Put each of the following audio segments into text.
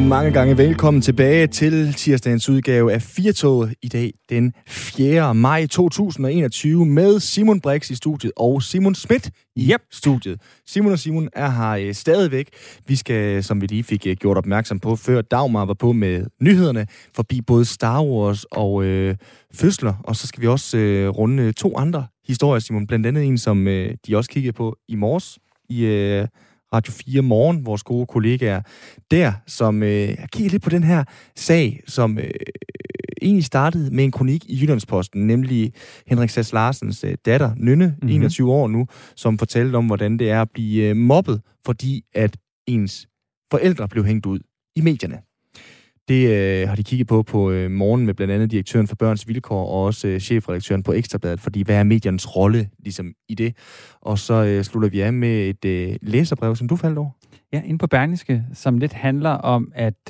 Mange gange velkommen tilbage til tirsdagens udgave af Firtoget i dag den 4. maj 2021 med Simon Brix i studiet og Simon Schmidt i studiet. Simon og Simon er her stadigvæk. Vi skal, som vi lige fik gjort opmærksom på før Dagmar var på med nyhederne, forbi både Star Wars og fødsler, og så skal vi også runde 2 andre historier, Simon. Blandt andet en, som de også kiggede på i morges i Radio 4 Morgen, vores gode kollegaer der, som har kigget lidt på den her sag, som egentlig startede med en kronik i Jyllandsposten, nemlig Henrik Sass Larsens datter, Nynne, 21 år nu, som fortalte om, hvordan det er at blive mobbet, fordi at ens forældre blev hængt ud i medierne. Det har de kigget på morgen med blandt andet direktøren for Børns Vilkår og også chefredaktøren på Ekstrabladet, fordi hvad er mediernes rolle ligesom i det? Og så slutter vi af med et læserbrev, som du faldt over. Ja, inde på Berlingske, som lidt handler om, at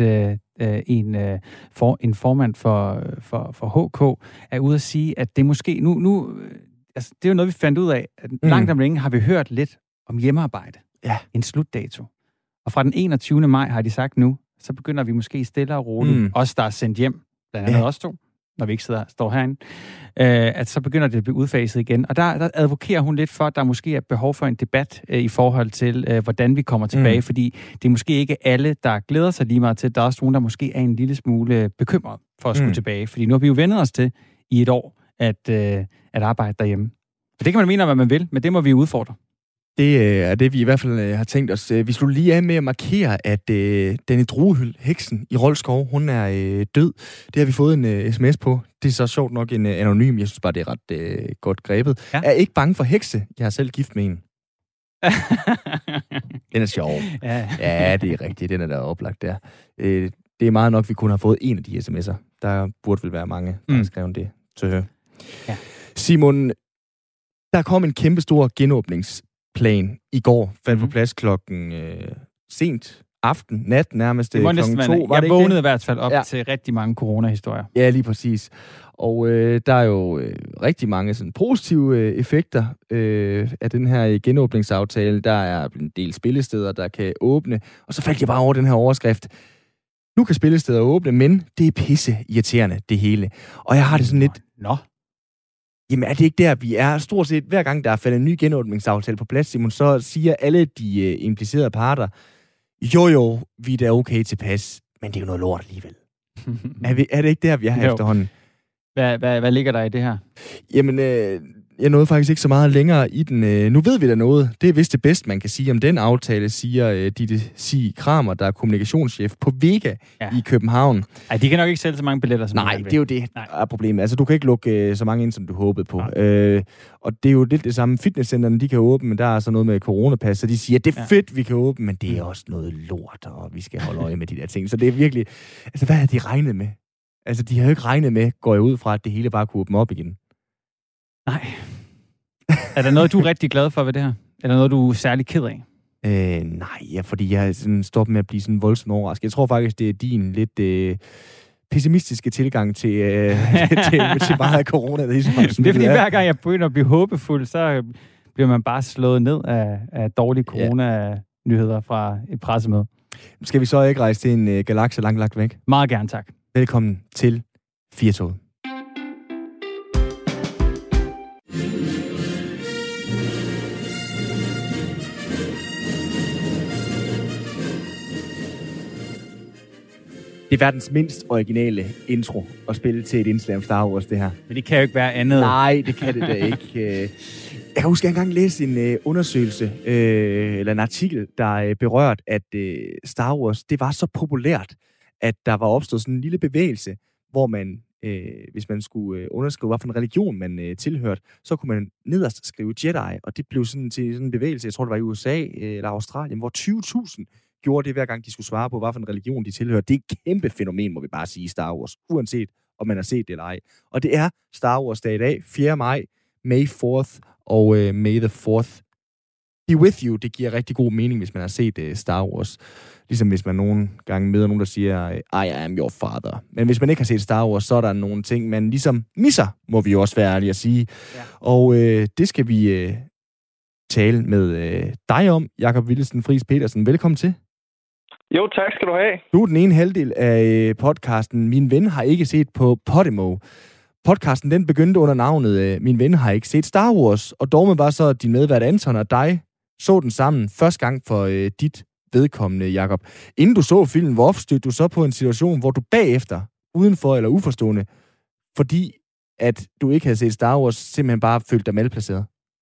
en formand for HK er ude at sige, at det måske nu altså det er jo noget, vi fandt ud af, at langt om længe har vi hørt lidt om hjemmearbejde. Ja. En slutdato. Og fra den 21. maj har de sagt nu, så begynder vi måske stille og roligt, os der er sendt hjem, blandt andet os 2, når vi ikke står herinde, at så begynder det at blive udfaset igen. Og der advokerer hun lidt for, at der måske er behov for en debat i forhold til, hvordan vi kommer tilbage, fordi det er måske ikke alle, der glæder sig lige meget til. Der er også nogen, der måske er en lille smule bekymret for at skulle tilbage, fordi nu har vi jo vendet os til i et år at arbejde derhjemme. Og det kan man mene om, hvad man vil, men det må vi udfordre. Det er det, vi i hvert fald har tænkt os. Vi slutter lige af med at markere, at Danny Druehyld, heksen i Roldskov, hun er død. Det har vi fået en sms på. Det er så sjovt nok en anonym. Jeg synes bare, det er ret godt grebet. Ja. Er ikke bange for hekse. Jeg har selv gift med en. Den er sjov. Ja, det er rigtigt. Den er der oplagt der. Det er meget nok, vi kun har fået en af de sms'er. Der burde vel være mange, der har skrevet det til høre. Ja. Simon, der kom en kæmpestor genåbningsplan i går, faldt på plads klokken sent nat nærmest klokken 2. Jeg vågnede i hvert fald op til rigtig mange coronahistorier. Ja, lige præcis. Og der er jo rigtig mange sådan, positive effekter af den her genåbningsaftale. Der er en del spillesteder, der kan åbne. Og så faldt jeg bare over den her overskrift. Nu kan spillesteder åbne, men det er pisse irriterende, det hele. Og jeg har det sådan lidt... Jamen er det ikke der, vi er? Stort set hver gang, der er faldet en ny genåbningsaftale på plads, Simon, så siger alle de implicerede parter, jo, vi er da okay tilpas, men det er jo noget lort alligevel. Er det ikke der, vi er efterhånden? Hvad ligger der i det her? Jamen, jeg nåede faktisk ikke så meget længere i den. Nu ved vi da noget. Det er vist det bedste, man kan sige om den aftale, siger Ditte Sig Kramer, der er kommunikationschef på Vega i København. Ej, de kan nok ikke sælge så mange billetter, som Nej, det er jo det, der er problemet. Altså, du kan ikke lukke så mange ind, som du håbede på. Og det er jo lidt det samme. Fitnesscenterne, de kan åbne, men der er så noget med coronapas, så de siger, at det er fedt, vi kan åbne, men det er også noget lort, og vi skal holde øje med de der ting. Så det er virkelig... Altså, hvad havde de regnet med? Altså, de har jo ikke regnet med, går jeg ud fra, at det hele bare kunne åbne op igen. Nej. Er der noget, du er rigtig glad for ved det her? Er der noget, du er særlig ked af? Nej, fordi jeg sådan stoppet med at blive sådan voldsomt overrasket. Jeg tror faktisk, det er din lidt pessimistiske tilgang til meget af corona. Det er fordi hver gang jeg begynder at blive håbefuld, så bliver man bare slået ned af dårlige corona-nyheder fra et pressemøde. Skal vi så ikke rejse til en galakse langt lagt væk? Meget gerne, tak. Velkommen til Firtoget. Det er verdens mindst originale intro at spille til et indslag om Star Wars, det her. Men det kan jo ikke være andet. Nej, det kan det da ikke. Jeg kan huske, at jeg engang læste en undersøgelse, eller en artikel, der berørte, at Star Wars, det var så populært, at der var opstået sådan en lille bevægelse, hvor man, hvis man skulle underskrive, hvad for en religion man tilhørte, så kunne man nederst skrive Jedi, og det blev sådan til sådan en bevægelse, jeg tror, det var i USA eller Australien, hvor 20.000 gjorde det, hver gang de skulle svare på, hvad for en religion de tilhører. Det er et kæmpe fænomen, må vi bare sige, i Star Wars, uanset om man har set det eller ej. Og det er Star Wars dag i dag, 4. maj, May 4th, og May the 4th be with you. Det giver rigtig god mening, hvis man har set Star Wars. Ligesom hvis man nogle gange møder nogen, der siger, I am your father. Men hvis man ikke har set Star Wars, så er der nogle ting, man ligesom misser, må vi jo også være ærlige at sige. Ja. Og det skal vi tale med dig om, Jakob Willesen Friis Petersen. Velkommen til. Jo, tak skal du have. Du er den ene halvdel af podcasten Min Ven har ikke set på Podimo. Podcasten den begyndte under navnet Min Ven har ikke set Star Wars, og dog var så din medvært Anton og dig så den sammen første gang for dit vedkommende, Jakob. Inden du så filmen, hvor stødte du så på en situation, hvor du bagefter, udenfor eller uforstående, fordi at du ikke havde set Star Wars, simpelthen bare følte dig malplaceret?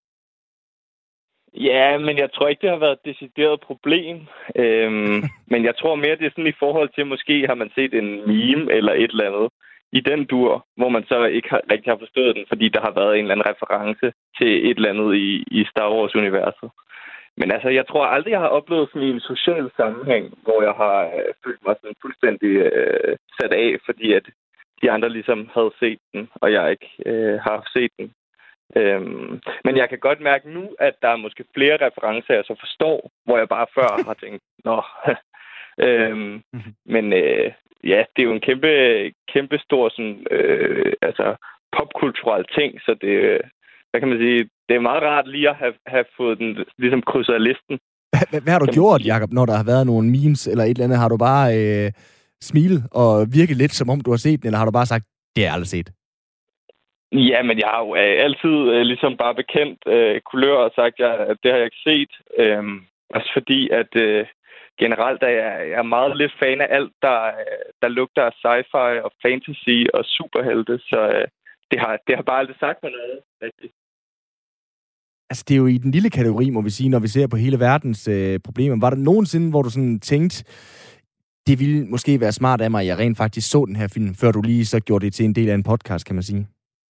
Ja, men jeg tror ikke, det har været et decideret problem. Men jeg tror mere, det er sådan i forhold til, måske har man set en meme eller et eller andet i den dur, hvor man så ikke rigtig har forstået den, fordi der har været en eller anden reference til et eller andet i Star Wars-universet. Men altså, jeg tror aldrig, jeg har oplevet sådan en social sammenhæng, hvor jeg har følt mig sådan fuldstændig sat af, fordi at de andre ligesom havde set den, og jeg ikke har set den. Men jeg kan godt mærke nu, at der er måske flere referencer, jeg så forstår, hvor jeg bare før har tænkt, nå. Men ja, det er jo en kæmpe stor sådan, popkulturel ting, så det, hvad kan man sige, det er meget rart lige at have fået den ligesom krydset af listen. Hvad har du gjort, Jakob, når der har været nogle memes eller et eller andet? Har du bare smilet og virket lidt, som om du har set den, eller har du bare sagt, det har jeg aldrig set? Ja, men jeg har jo altid ligesom bare bekendt kulør og sagt, at det har jeg ikke set. Også fordi, at generelt er jeg meget lidt fan af alt, der lugter af sci-fi og fantasy og superhelte, så det har bare aldrig sagt mig noget rigtigt. Altså, det er jo i den lille kategori, må vi sige, når vi ser på hele verdens problemer. Var der nogensinde, hvor du sådan tænkte, det ville måske være smart af mig, at jeg rent faktisk så den her film, før du lige så gjorde det til en del af en podcast, kan man sige?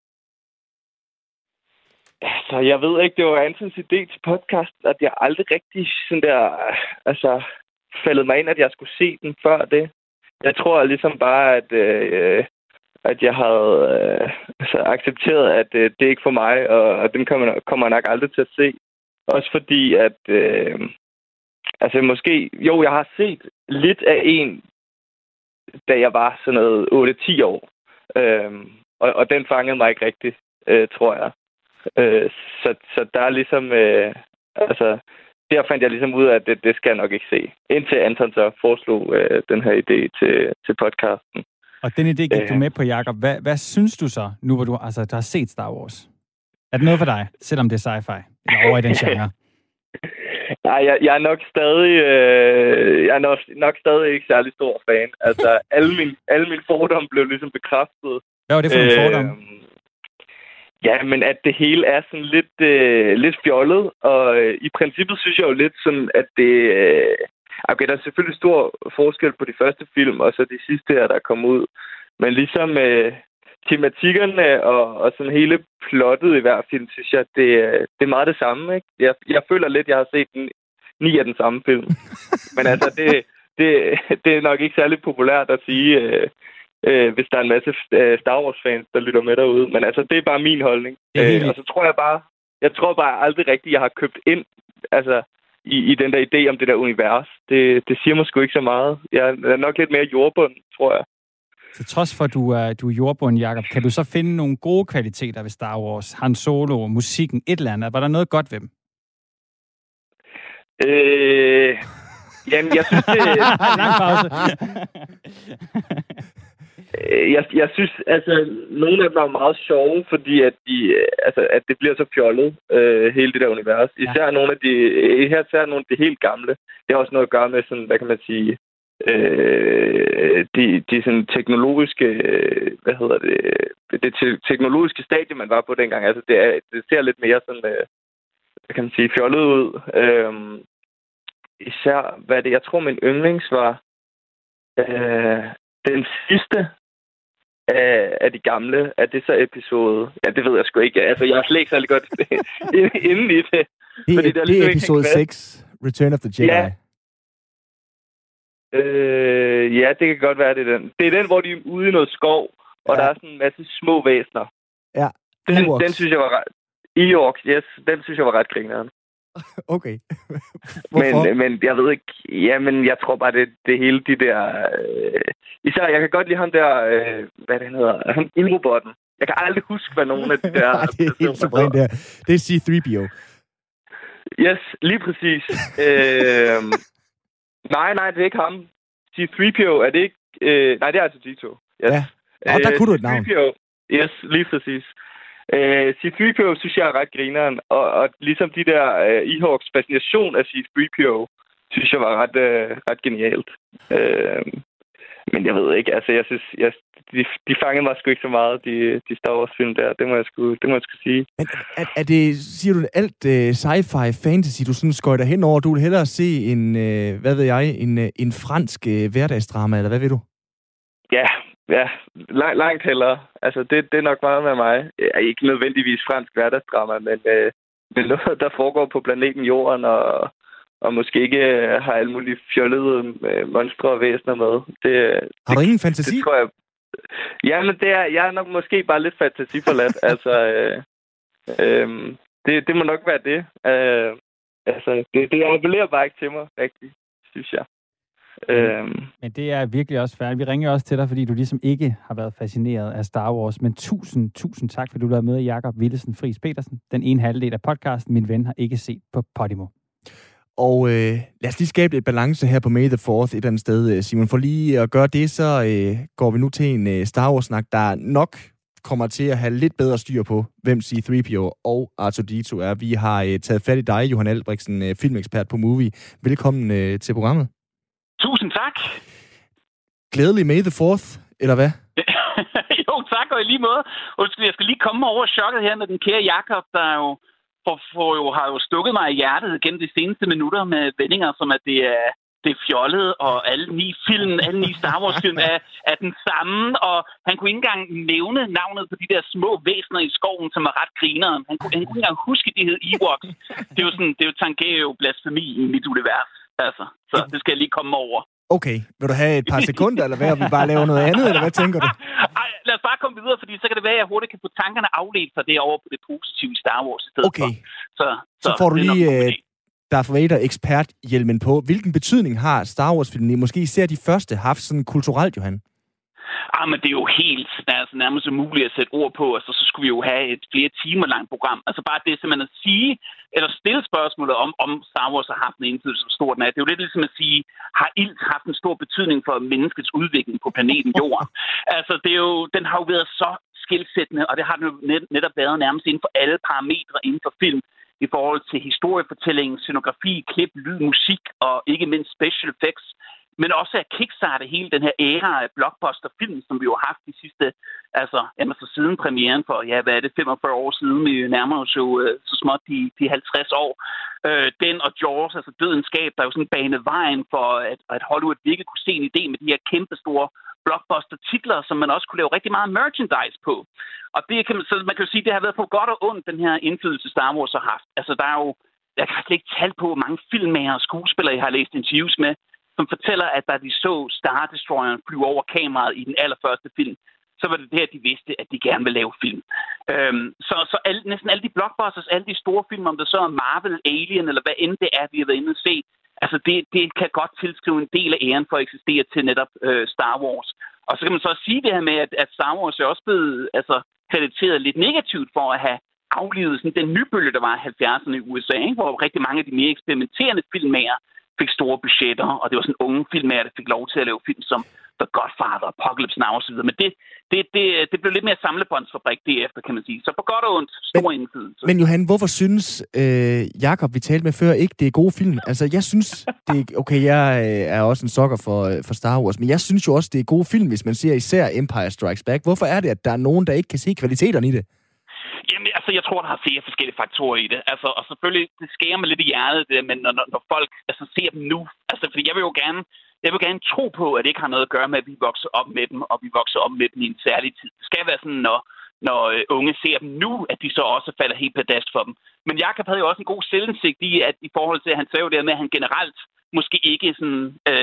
Altså, jeg ved ikke, det var Antons idé til podcast, at jeg aldrig rigtig sådan der, faldet mig ind, at jeg skulle se den før det. Jeg tror ligesom bare, at jeg havde accepteret, at det er ikke for mig, og den kommer jeg nok aldrig til at se. Også fordi, at måske, jo, jeg har set lidt af en, da jeg var sådan noget 8-10 år. Og den fangede mig ikke rigtigt, tror jeg. Så der er ligesom, der fandt jeg ligesom ud af, at det skal jeg nok ikke se. Indtil Anton så foreslog den her idé til podcasten. Og den idé gik du med på, Jakob. Hvad synes du så, nu hvor du har set Star Wars? Er det noget for dig, selvom det er sci-fi? Eller over i den genre? Nej, jeg er nok stadig ikke særlig stor fan. Altså, alle mine fordomme blev ligesom bekræftet. Hvad var det for en fordom? Ja, men at det hele er sådan lidt fjollet, og i princippet synes jeg jo lidt sådan, at det... Okay, der er selvfølgelig stor forskel på de første film, og så de sidste her, der kom ud. Men ligesom tematikkerne og sådan hele plottet i hver film, synes jeg, det er meget det samme, ikke? Jeg føler lidt, jeg har set 9 af den samme film. Men altså, det er nok ikke særlig populært at sige... hvis der er en masse Star Wars-fans, der lytter med derude. Men altså, det er bare min holdning. Og så tror jeg bare aldrig rigtigt, jeg har købt ind i den der idé om det der univers. Det siger mig sgu ikke så meget. Jeg er nok lidt mere jordbunden, tror jeg. Så trods for, at du er jordbunden, Jakob, kan du så finde nogle gode kvaliteter ved Star Wars? Han Solo, musikken, et eller andet. Var der noget godt ved dem? Jamen, jeg synes, det... Lang pause. Jeg synes, nogle af dem er meget sjove, fordi at det bliver så fjollet, hele det der univers. Især nogle af de helt gamle. Det har også noget at gøre med sådan, hvad kan man sige, de sådan teknologiske, det teknologiske stadie, man var på dengang. Altså, det ser lidt mere sådan, hvad kan man sige, fjollet ud. Især, jeg tror, min yndlings var den sidste af de gamle. Er det så episode? Ja, det ved jeg sgu ikke. Altså, jeg har slet ikke særlig godt inden i det. Det er episode 6, Return of the Jedi. Ja. Ja, det kan godt være, det er den. Det er den, hvor de er ude i noget skov, og der er sådan en masse små væsner. Ja, den synes jeg var ret... Ewoks, yes. Den synes jeg var ret grineren. Okay. Hvorfor? Men jeg ved ikke... Jamen, jeg tror bare, det hele de der... Især, jeg kan godt lide ham der... hvad det hedder? Han ildrobotten. Jeg kan aldrig huske, hvad nogen af de der... det er helt suverænt der. Det er C-3PO. Yes, lige præcis. Nej, det er ikke ham. C-3PO, er det ikke... nej, det er altså Dito. Yes. Ja, der kunne du et navn. C-3PO, yes, lige præcis. C-3PO synes jeg er ret grineren, og ligesom de der Ewok's fascination af C-3PO, synes jeg var ret genialt. Men jeg ved ikke, altså jeg synes, de fangede mig sgu ikke så meget, de Star Wars-film der, det må jeg sgu sige. Men er det, siger du, alt sci-fi fantasy, du sådan skøjter henover, du vil hellere se en fransk hverdagsdrama, eller hvad ved du? Ja, langt hellere. Altså, det er nok meget med mig. Ikke nødvendigvis fransk hverdagsdrama, men noget, der foregår på planeten Jorden, og måske ikke har alle mulige fjollede monstre og væsener med. Har du ingen fantasi? Det tror jeg. Ja, men jeg er nok måske bare lidt fantasiforladt. Altså, det må nok være det. Altså, det appellerer bare ikke til mig, rigtigt, synes jeg. Men det er virkelig også færdigt. Vi ringer også til dig, fordi du ligesom ikke har været fascineret af Star Wars. Men tusind tak, fordi du har været med, Jakob Willesen Friis Petersen. Den ene halvdel af podcasten, min ven har ikke set på Podimo. Og lad os lige skabe et balance her på May the 4th et eller andet sted, Simon. For lige at gøre det, så går vi nu til en Star Wars-snak, der nok kommer til at have lidt bedre styr på, hvem C-3PO og R2-D2 er. Vi har taget fat i dig, Johan Albrechtsen, filmekspert på Movie. Velkommen til programmet. Tusind tak. Glædelig May the 4th, eller hvad? Jo, tak, og i lige måde. Jeg skal lige komme over chokket her med den kære Jakob, der jo har jo stukket mig i hjertet gennem de seneste minutter med vendinger, som at det er fjollet, og alle ni Star Wars-film er den samme, og han kunne ikke engang nævne navnet på de der små væsener i skoven, som er ret grineren. Han kunne ikke engang huske, de hed Ewoks. Det er jo blasfemi i mit univers. Altså, så det skal jeg lige komme over. Okay, vil du have et par sekunder, eller hvad? Vi bare lave noget andet, eller hvad tænker du? Ej, lad os bare komme videre, fordi så kan det være, at jeg hurtigt kan få tankerne afledt fra det over på det positive Star Wars i stedet okay. for. Så får du lige Darth Vader eksperthjelmen på. Hvilken betydning har Star Wars-filmen, måske især de første, haft sådan kulturelt, Johan? Men det er jo helt nærmest umuligt at sætte ord på. Altså, så skulle vi jo have et flere timer langt program. Altså bare det simpelthen at sige, eller stille spørgsmålet om Star Wars har haft en indflydelse så stort. Det er jo lidt ligesom at sige, har ilt haft en stor betydning for menneskets udvikling på planeten Jorden? Altså, den har jo været så skelsættende, og det har den jo netop været nærmest inden for alle parametre inden for film, i forhold til historiefortælling, scenografi, klip, lyd, musik og ikke mindst special effects. Men også at kickstarte hele den her æra af blockbuster-film, som vi jo har haft de sidste, så siden premieren for, 45 år siden, vi nærmer os jo så småt de 50 år. Den og Jaws, altså Dødens Gab, der jo sådan banede vejen for, at Hollywood virkelig kunne se en idé med de her kæmpe store blockbuster-titler, som man også kunne lave rigtig meget merchandise på. Og det man kan jo sige, det har været på godt og ondt, den her indflydelse Star Wars har haft. Altså der er jo, jeg kan slet ikke tale på, hvor mange filmmager og skuespillere, jeg har læst interviews med, som fortæller, at da de så Star Destroyeren flyve over kameraet i den allerførste film, så var det der, de vidste, at de gerne ville lave film. Så næsten alle de blockbusters, alle de store film, om det så er Marvel, Alien, eller hvad end det er, vi har været inde og se, altså det kan godt tilskrive en del af æren for at eksistere til netop Star Wars. Og så kan man så sige det her med, at Star Wars er også blevet krediteret lidt negativt for at have aflivet sådan den nybølge, der var i 70'erne i USA, ikke? Hvor rigtig mange af de mere eksperimenterende filmmager fik store budgetter, og det var sådan unge filmmager, der fik lov til at lave film som The Godfather, Apocalypse Now osv. Men det blev lidt mere samlebåndsfabrik derefter, kan man sige. Så på godt og ondt, stor indflydelse. Men Johan, hvorfor synes Jakob, vi talte med før, ikke det er gode film? Altså, jeg synes, jeg er også en sokker for Star Wars, men jeg synes jo også, det er gode film, hvis man ser især Empire Strikes Back. Hvorfor er det, at der er nogen, der ikke kan se kvaliteterne i det? Jamen, jeg tror, der har flere forskellige faktorer i det. Altså, og selvfølgelig, det skærer mig lidt i hjertet, det, men når folk ser dem nu. Altså, fordi jeg vil gerne tro på, at det ikke har noget at gøre med, at vi vokser op med dem, og vi vokser op med dem i en særlig tid. Det skal være sådan, når unge ser dem nu, at de så også falder helt pladask for dem. Men Jakob havde jo også en god selvindsigt i, at i forhold til, at han sagde jo det med, at han generelt måske ikke sådan,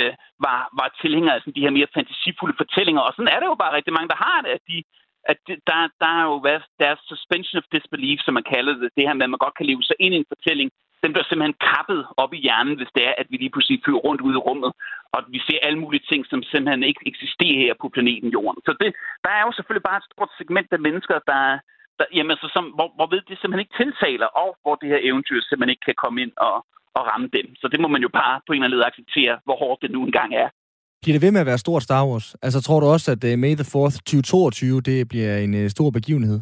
var tilhænger af sådan, de her mere fantasifulde fortællinger. Og sådan er det jo bare rigtig mange, der har det, at der er jo deres suspension of disbelief, som man kalder det her med, at man godt kan leve sig ind i en fortælling. Den bliver simpelthen kappet op i hjernen, hvis det er, at vi lige pludselig flyver rundt ude i rummet, og vi ser alle mulige ting, som simpelthen ikke eksisterer her på planeten Jorden. Så der er jo selvfølgelig bare et stort segment af mennesker, hvorved det simpelthen ikke tiltaler, og hvor det her eventyr simpelthen ikke kan komme ind og ramme dem. Så det må man jo bare på en eller anden led acceptere, hvor hårdt det nu engang er. Bliver det ved med at være stort Star Wars? Altså, tror du også, at May the 4th 2022, det bliver en stor begivenhed?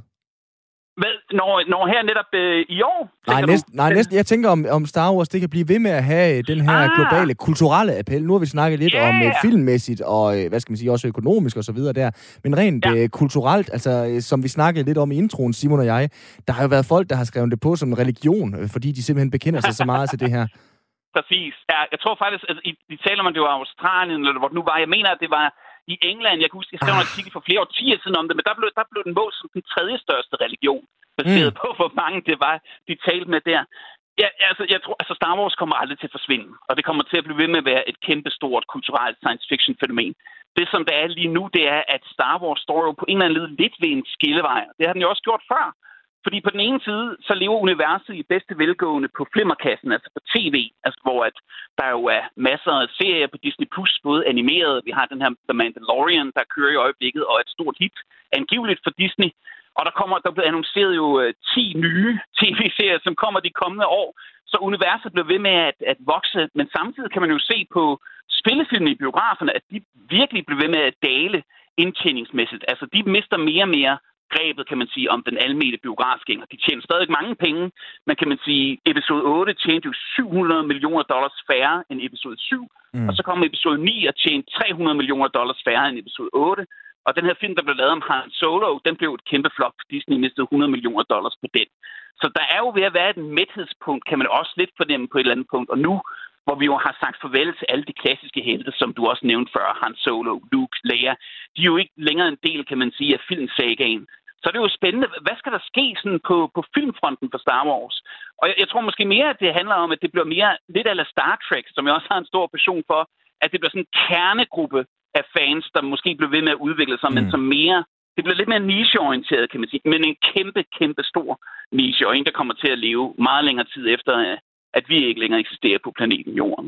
Hvad? Når her netop i år? Næsten. Jeg tænker, om Star Wars, det kan blive ved med at have den her globale, kulturelle appel. Nu har vi snakket lidt om filmmæssigt, og hvad skal man sige, også økonomisk og så videre der. Men rent kulturelt, altså som vi snakkede lidt om i introen, Simon og jeg, der har jo været folk, der har skrevet det på som religion, fordi de simpelthen bekender sig så meget til det her. Præcis. Ja, jeg tror faktisk, at de taler om, at det var Australien, eller hvor det nu var. Jeg mener, at det var i England. Jeg kan huske, jeg skrev en artikel for flere årtier siden om det, men der blev den målt som den tredje største religion, baseret på, hvor mange det var, de talte med der. Ja, altså, jeg tror, altså Star Wars kommer aldrig til at forsvinde, og det kommer til at blive ved med at være et kæmpestort kulturelt science fiction fænomen. Det, som det er lige nu, det er, at Star Wars står jo på en eller anden led lidt ved en skillevej. Det har den jo også gjort før. Fordi på den ene side, så lever universet i bedste velgående på flimmerkassen, altså på tv, altså hvor at der jo er masser af serier på Disney+, både animerede. Vi har den her The Mandalorian, der kører i øjeblikket, og et stort hit, angiveligt for Disney. Og der bliver annonceret jo 10 nye tv-serier, som kommer de kommende år. Så universet bliver ved med at vokse, men samtidig kan man jo se på spillefilmene i biograferne, at de virkelig bliver ved med at dale indtjeningsmæssigt. Altså de mister mere og mere grebet, kan man sige, om den almene biografgænger. De tjener stadig mange penge, men kan man sige, episode 8 tjente jo $700 million færre end episode 7, og så kommer episode 9 og tjente $300 million færre end episode 8. Og den her film, der blev lavet om Han Solo, den blev et kæmpe flop. Disney mistede $100 million på den. Så der er jo ved at være et mæthedspunkt, kan man også lidt fornemme på et eller andet punkt. Og nu, hvor vi jo har sagt farvel til alle de klassiske helte, som du også nævnte før, Han Solo, Luke, Leia, de er jo ikke længere en del, kan man sige, af filmsagaen. Så det er jo spændende. Hvad skal der ske sådan på filmfronten for Star Wars? Og jeg tror måske mere, at det handler om, at det bliver mere lidt a la Star Trek, som jeg også har en stor passion for, at det bliver sådan en kernegruppe af fans, der måske bliver ved med at udvikle sig, men som mere, det bliver lidt mere nicheorienteret, kan man sige, men en kæmpe stor niche, og en, der kommer til at leve meget længere tid efter, at vi ikke længere eksisterer på planeten Jorden.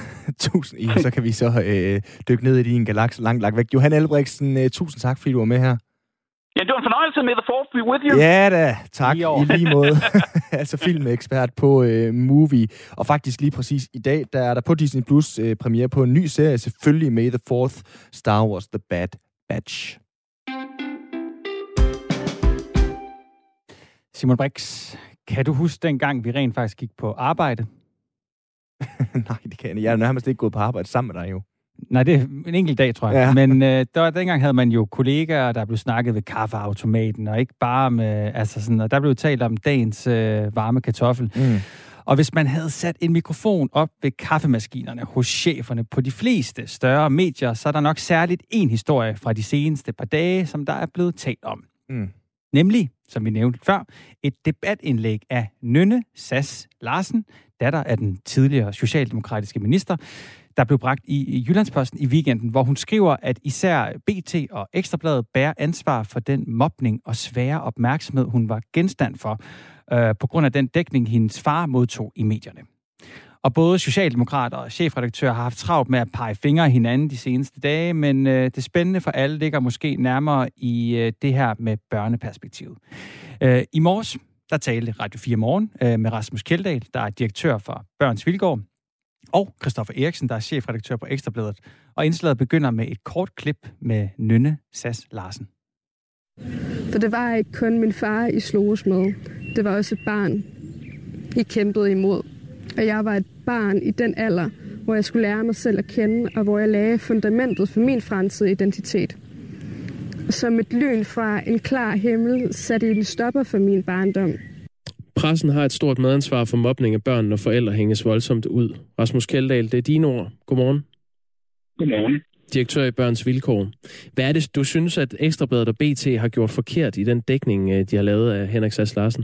Tusind, så kan vi så dykke ned i din galakse langt væk. Johan Albrechtsen, tusind tak, fordi du var med her. Ja, det var en fornøjelse med The Fourth Be With You. Ja da, tak. I lige måde. Altså filmekspert på Movie. Og faktisk lige præcis i dag, der er der på Disney Plus premiere på en ny serie, selvfølgelig May the 4th, Star Wars The Bad Batch. Simon Brix, kan du huske dengang, vi rent faktisk gik på arbejde? Nej, det kan jeg ikke. Jeg er nærmest ikke gået på arbejde sammen med dig jo. Nej, det er en enkelt dag, tror jeg. Ja. Men dengang havde man jo kollegaer, der blev snakket ved kaffeautomaten, og ikke bare med, altså sådan, og der blev talt om dagens varme kartoffel. Og hvis man havde sat en mikrofon op ved kaffemaskinerne hos cheferne på de fleste større medier, så er der nok særligt en historie fra de seneste par dage, som der er blevet talt om. Nemlig, som vi nævnte før, et debatindlæg af Nynne Sass Larsen, datter af den tidligere socialdemokratiske minister, der blev bragt i Jyllandsposten i weekenden, hvor hun skriver, at især BT og Ekstrabladet bærer ansvar for den mobning og svære opmærksomhed, hun var genstand for, på grund af den dækning, hendes far modtog i medierne. Og både socialdemokrater og chefredaktører har haft travlt med at pege fingre af hinanden de seneste dage, men det spændende for alle ligger måske nærmere i det her med børneperspektivet. I morges, der talte Radio 4 Morgen med Rasmus Kjeldahl, der er direktør for Børns Vilkår, og Christoffer Eriksen, der er chefredaktør på Ekstrabladet. Og indslaget begynder med et kort klip med Nynne Sass Larsen. For det var ikke kun min far, I sloges med. Det var også et barn, I kæmpede imod. Og jeg var et barn i den alder, hvor jeg skulle lære mig selv at kende, og hvor jeg lagde fundamentet for min fremtidige identitet. Som et lyn fra en klar himmel satte I en stopper for min barndom. Pressen har et stort medansvar for mobning af børn, når forældre hænges voldsomt ud. Rasmus Kjeldahl, det er dine ord. Godmorgen. Godmorgen. Direktør i Børns Vilkår. Hvad er det, du synes, at Ekstrabladet og BT har gjort forkert i den dækning, de har lavet af Henrik Sass Larsen?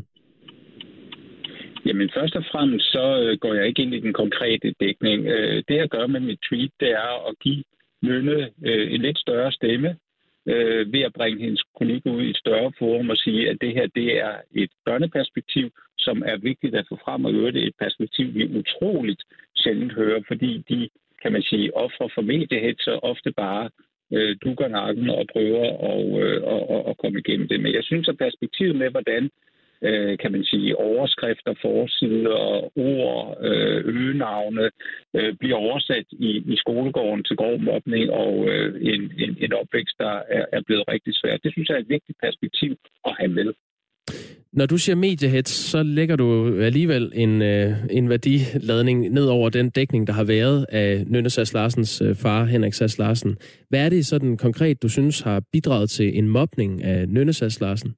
Jamen først og fremmest så går jeg ikke ind i den konkrete dækning. Det jeg gør med mit tweet, det er at give Nynne en lidt større stemme ved at bringe hendes kronik ud i et større forum og sige, at det her det er et børneperspektiv, som er vigtigt at få frem, og det er et perspektiv, vi utroligt sjældent hører, fordi de, kan man sige, ofre for mediehetser ofte bare dukker nakken og prøver at komme igennem det. Men jeg synes, at perspektivet med, hvordan kan man sige, overskrifter, forsider, ord, øgenavne bliver oversat i skolegården til grov mobning og en opvækst, der er blevet rigtig svært. Det synes jeg er et vigtigt perspektiv at have med. Når du siger mediehets, så lægger du alligevel en værdiladning ned over den dækning, der har været af Nynne Sass Larsens far, Henrik Sass Larsen. Hvad er det sådan konkret, du synes har bidraget til en mobning af Nynne Sass Larsen?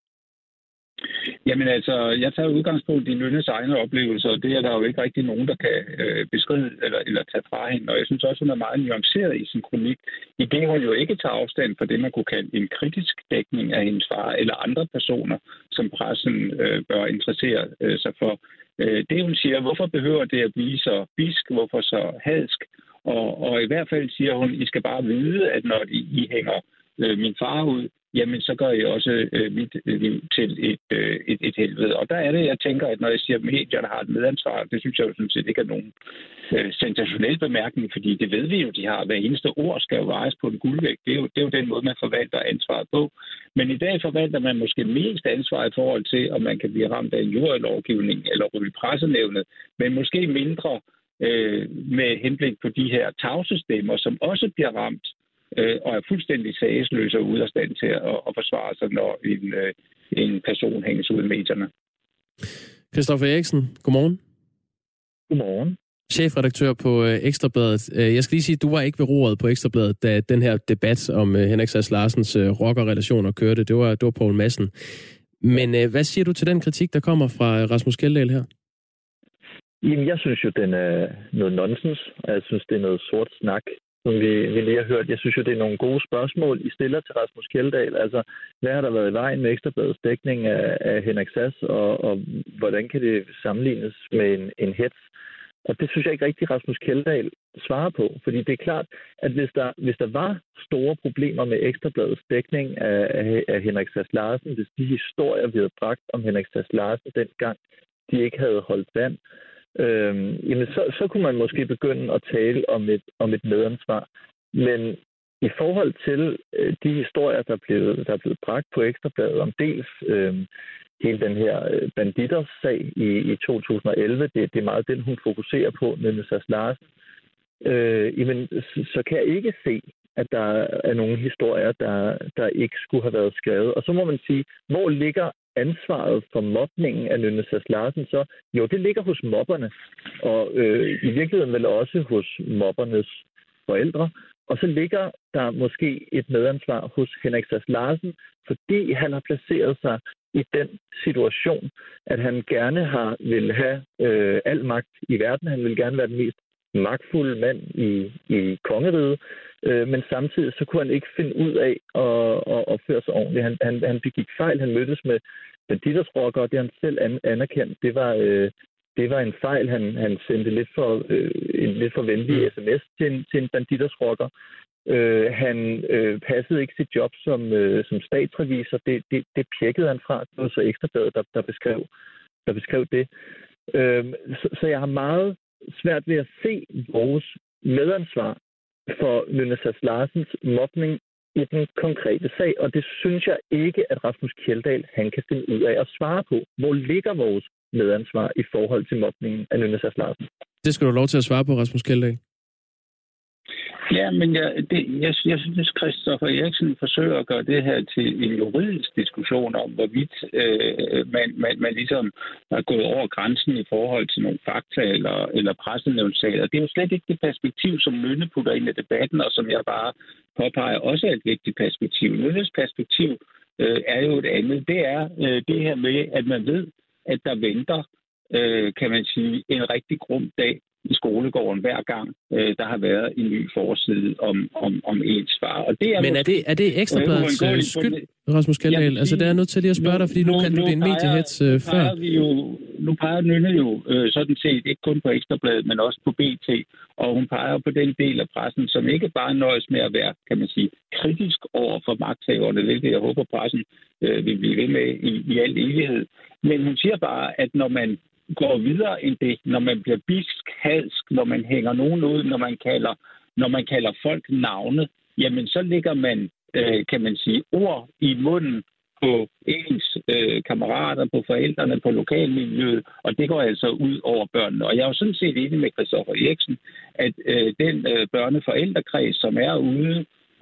Jamen altså, jeg tager udgangspunkt i Nynnes egne oplevelser, og det er der jo ikke rigtig nogen, der kan beskrive eller tage fra hende. Og jeg synes også, hun er meget nuanceret i sin kronik, i det hun jo ikke tager afstand for det, man kunne kalde en kritisk dækning af hendes far eller andre personer, som pressen bør interessere sig for. Det hun siger, hvorfor behøver det at blive så bisk, hvorfor så hadsk? Og i hvert fald siger hun, I skal bare vide, at når I hænger min far ud, jamen så gør jeg også mit liv til et helvede. Og der er det, jeg tænker, at når jeg siger, at medierne har et medansvar, det synes jeg jo sådan set ikke er nogen sensationel bemærkning, fordi det ved vi jo, de har. Hver eneste ord skal jo vejes på en guldvægt. Det er jo den måde, man forvalter ansvaret på. Men i dag forvalter man måske mest ansvar i forhold til, om man kan blive ramt af en jurylovgivning eller ryge pressenævnet, men måske mindre med henblik på de her tavsestemmer, som også bliver ramt og er fuldstændig sagsløse og ude af stand til at forsvare sig, når en person hænges ud i medierne. Christoffer Eriksen, godmorgen. Godmorgen. Chefredaktør på Ekstrabladet. Jeg skal lige sige, at du var ikke ved roret på Ekstrabladet, da den her debat om Henrik Sass Larsens rockerrelationer kørte. Det var Poul Madsen. Men hvad siger du til den kritik, der kommer fra Rasmus Kjeldahl her? Jamen, jeg synes jo, den er noget nonsens, og jeg synes, det er noget sort snak, som vi lige har hørt. Jeg synes jo, det er nogle gode spørgsmål, I stiller til Rasmus Kjeldahl. Altså, hvad har der været i vejen med Ekstrabladets dækning af Henrik Sass, og hvordan kan det sammenlignes med en hets? Og det synes jeg ikke rigtig, Rasmus Kjeldahl svarer på. Fordi det er klart, at hvis der var store problemer med Ekstrabladets dækning af Henrik Sass Larsen, hvis de historier, vi havde bragt om Henrik Sass Larsen dengang, de ikke havde holdt vand, jamen så kunne man måske begynde at tale om et medansvar. Men i forhold til de historier, der er blevet bragt på Ekstrabladet om dels hele den her banditers-sag i 2011, det er meget den, hun fokuserer på, Nynne Sass Larsen, jamen, så kan jeg ikke se, at der er nogle historier, der ikke skulle have været skrevet. Og så må man sige, hvor ligger ansvaret for mobningen af Nynne Sass Larsen så? Jo, det ligger hos mobberne, og i virkeligheden vel også hos mobbernes forældre. Og så ligger der måske et medansvar hos Henrik Sass Larsen, fordi han har placeret sig i den situation, at han gerne vil have al magt i verden. Han vil gerne være den mest magtfulde mand i kongeriget, men samtidig så kunne han ikke finde ud af at opføre sig ordentligt. Han begik fejl. Han mødtes med banditersrockere, og det han selv anerkendt. Det var en fejl. Han sendte en lidt for venlig sms til en banditersrocker. Han passede ikke sit job som statsrevisor. Det pjekkede han fra. Det var så Ekstrabladet, der beskrev det. Så jeg har meget svært ved at se vores medansvar for Nynne Sass Larsens mobning i den konkrete sag, og det synes jeg ikke, at Rasmus Kjeldahl han kan finde ud af at svare på. Hvor ligger vores medansvar i forhold til mobningen af Nynne Sass Larsen? Det skal du have lov til at svare på, Rasmus Kjeldahl. Ja, men jeg synes, Christoffer Eriksen forsøger at gøre det her til en juridisk diskussion om, hvorvidt man ligesom er gået over grænsen i forhold til nogle fakta eller pressenævnssager. Det er jo slet ikke det perspektiv, som Nynne putter ind i debatten, og som jeg bare påpeger også er et vigtigt perspektiv. Nynnes perspektiv er jo et andet. Det er det her med, at man ved, at der venter, kan man sige, en rigtig grum dag i skolegården hver gang, der har været en ny forside om ens far. Og det er men er det Ekstrabladets skyld, Rasmus Kjeldahl? Altså, der er nødt til lige at spørge dig, fordi nu kan du det en mediehets før. Nu peger Nynne jo sådan set ikke kun på Ekstrabladet, men også på BT, og hun peger på den del af pressen, som ikke bare nøjes med at være, kan man sige, kritisk over for magthaverne, hvilket jeg håber, pressen vil blive ved med i al evighed. Men hun siger bare, at når man går videre end det, når man bliver bisk, hadsk, når man hænger nogen ud, når man kalder folk navne, jamen så lægger man, kan man sige, ord i munden på ens kammerater, på forældrene, på lokalmiljøet, og det går altså ud over børnene. Og jeg er jo sådan set enig med Christoffer Eriksen, at den børneforældrekreds, som er ude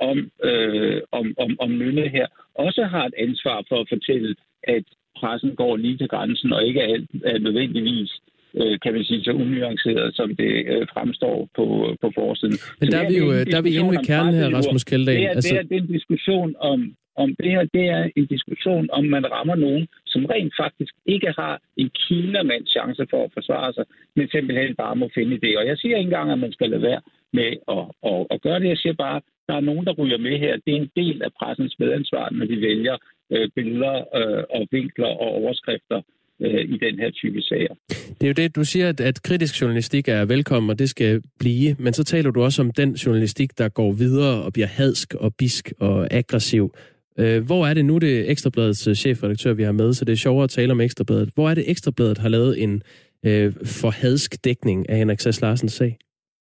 om Nynne her, også har et ansvar for at fortælle, at pressen går lige til grænsen, og ikke er nødvendigvis kan man sige, så unuanceret, som det fremstår på forsiden. Men der er vi inde ved kernen her, Rasmus Kjeldahl. Det er en diskussion om det her, det er en diskussion om, man rammer nogen, som rent faktisk ikke har en kinamands chance for at forsvare sig, men simpelthen bare må finde det. Og jeg siger ikke engang, at man skal lade være med at gøre det. Jeg siger bare, der er nogen, der ryger med her. Det er en del af pressens medansvar, når de vælger billeder og vinkler og overskrifter i den her type sager. Det er jo det, du siger, at kritisk journalistik er velkommen, og det skal blive. Men så taler du også om den journalistik, der går videre og bliver hadsk og bisk og aggressiv. Hvor er det nu, det Ekstrabladets chefredaktør, vi har med, så det er sjovere at tale om Ekstrabladet. Hvor er det, Ekstrabladet har lavet en for hadsk dækning af Henrik Sass Larsens sag?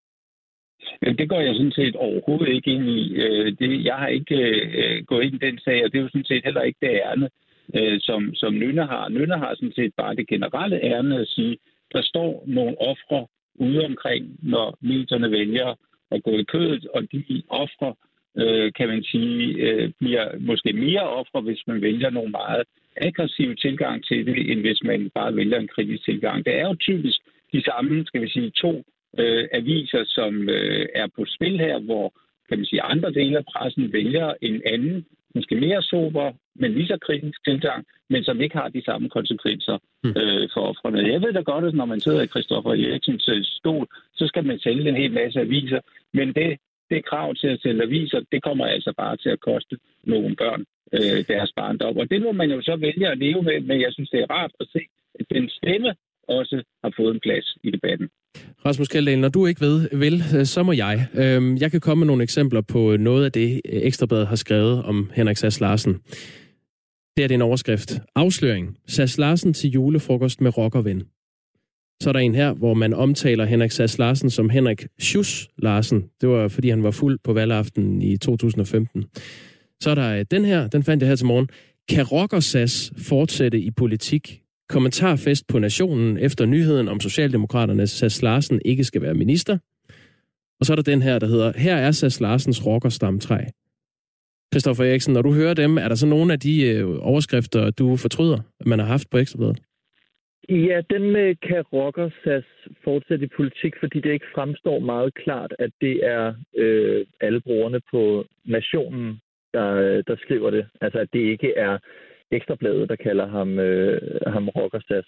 Det går jeg sådan set overhovedet ikke ind i. Jeg har ikke gået ind i den sag, og det er jo sådan set heller ikke det ærne, som Nynne har. Nynne har sådan set bare det generelle ærne at sige, der står nogle ofre ude omkring, når medierne vælger at gå i kødet, og de ofre, kan man sige, bliver måske mere ofre, hvis man vælger nogle meget aggressive tilgang til det, end hvis man bare vælger en kritisk tilgang. Det er jo typisk de samme, skal vi sige, to aviser, som er på spil her, hvor, kan man sige, andre dele af pressen vælger en anden, måske mere sober, men lige så kritisk tilgang, men som ikke har de samme konsekvenser for ofrene. Jeg ved da godt, at når man sidder i Christoffer Eriksens stol, så skal man sælge en hel masse aviser, men det krav til at sælge aviser, det kommer altså bare til at koste nogle børn deres barndom. Og det må man jo så vælge at leve med, men jeg synes, det er rart at se, at den stemme også har fået en plads i debatten. Rasmus Kjeldahl, når du ikke vil, så må jeg. Jeg kan komme med nogle eksempler på noget af det, Ekstrabladet har skrevet om Henrik Sass Larsen. Det er en overskrift. Afsløring. Sass Larsen til julefrokost med rockerven. Så er der en her, hvor man omtaler Henrik Sass Larsen som Henrik Schuss Larsen. Det var, fordi han var fuld på valgaften i 2015. Så er der den her, den fandt jeg her til morgen. Kan rocker Sass fortsætte i politik? Kommentarfest på Nationen efter nyheden om Socialdemokraternes Sass Larsen ikke skal være minister. Og så er der den her, der hedder, her er Sass Larsens rockerstamtræ. Christoffer Eriksen, når du hører dem, er der så nogle af de overskrifter, du fortryder, man har haft på Ekstrabladet? Ja, den med kan rocker Sass fortsætte i politik, fordi det ikke fremstår meget klart, at det er alle brugerne på Nationen, der skriver det. Altså, at det ikke er Ekstrabladet, der kalder ham rocker Sass.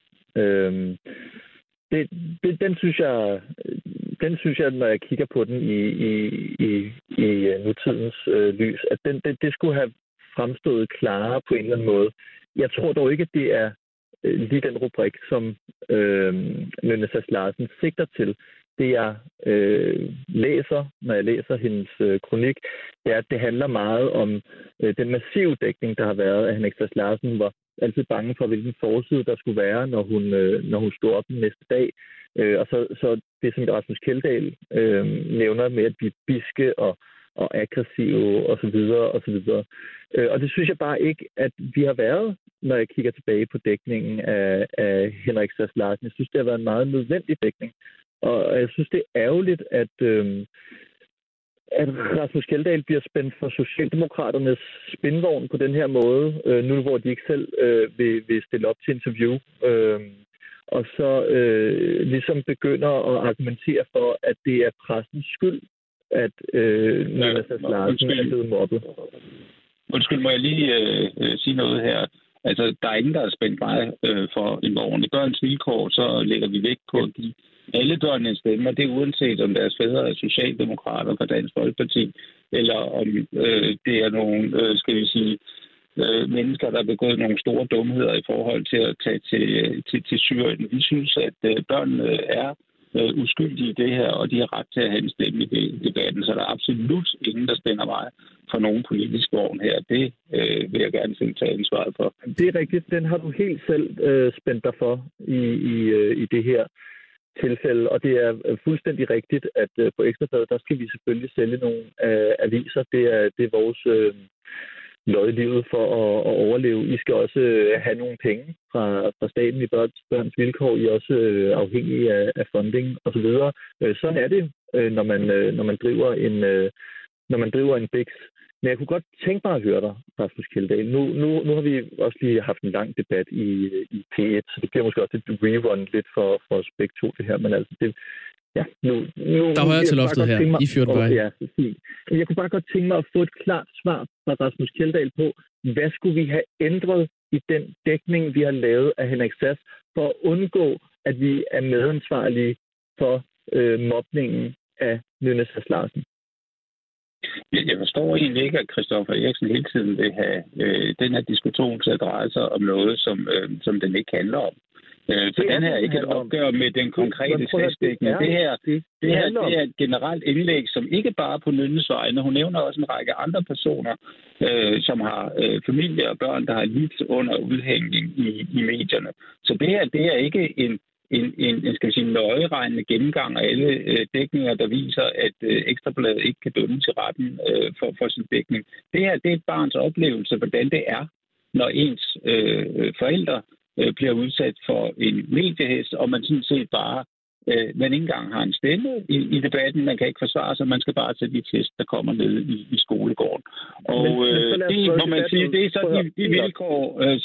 Den synes jeg, når jeg kigger på den i nutidens lys, at det skulle have fremstået klarere på en eller anden måde. Jeg tror dog ikke, at det er lige den rubrik, som Nynne Sass Larsen sigter til. Det jeg læser, når jeg læser hendes kronik, det er, at det handler meget om den massive dækning, der har været af Henrik Sass Larsen. Hun var altid bange for, hvilken forside der skulle være, når hun stod op den næste dag. Og så det, som Rasmus Kjeldahl nævner med at blive biske og aggressive osv. osv. Og det synes jeg bare ikke, at vi har været, når jeg kigger tilbage på dækningen af Henrik Sass Larsen. Jeg synes, det har været en meget nødvendig dækning. Og jeg synes, det er ærgerligt, at Rasmus Kjeldahl bliver spændt for Socialdemokraternes spindvogn på den her måde, nu hvor de ikke selv vil stille op til interview. Og så ligesom begynder at argumentere for, at det er pressens skyld, at Nynne Sass Larsen er blevet mobbet. Undskyld, må jeg lige sige noget her? Altså, der er ingen, der er spændt mig for en vogn. I Børns Vilkår, så lægger vi vægt på de alle børnene stemmer. Det er uanset, om deres fædre er socialdemokrater fra Dansk Folkeparti, eller om det er nogle, skal vi sige, mennesker, der har begået nogle store dumheder i forhold til at tage til Syrien. Vi synes, at børnene er uskyldige i det her, og de har ret til at have en stemme i debatten, så der er absolut ingen, der spænder mig for nogen politisk vogn her. Det vil jeg gerne selv tage ansvaret for. Det er rigtigt. Den har du helt selv spændt dig for i det her tilfælde, og det er fuldstændig rigtigt, at på Ekstrabladet, der skal vi selvfølgelig sælge nogle aviser. Det er løjet livet for at overleve. I skal også have nogle penge fra staten i børns vilkår. I er også afhængige af funding osv. Sådan er det, når man driver en biks. Men jeg kunne godt tænke mig at høre dig, Rasmus Kjeldahl. Nu har vi også lige haft en lang debat i P1, så det bliver måske også et rerun lidt for os begge to, det her. Men altså, nu der var jeg til loftet her, i Fjordvej. Ja, jeg kunne bare godt tænke mig at få et klart svar fra Rasmus Kjeldahl på, hvad skulle vi have ændret i den dækning, vi har lavet af Henrik Sass, for at undgå, at vi er medansvarlige for mobningen af Nynne Sass Larsen? Jeg forstår egentlig ikke, at Christoffer Eriksen hele tiden vil have den her diskussion til at dreje sig om noget, som den ikke handler om. Så den her er ikke et opgør med den konkrete sagsdækning. Det her er et generelt indlæg, som ikke bare på Nynnes vegne. Hun nævner også en række andre personer, som har familie og børn, der har lidt under udhængning i medierne. Så det her, det er ikke en skal vi sige, nøjeregnende gennemgang af alle dækninger, der viser, at Ekstrabladet ikke kan dømme til retten for sin dækning. Det her, det er et barns oplevelse, hvordan det er, når ens forældre bliver udsat for en mediehæs, og man sådan set bare, man ikke engang har en stemme i debatten, man kan ikke forsvare sig, man skal bare tage de test, der kommer ned i skolegården. Og det må man sige, det er så de vilkår,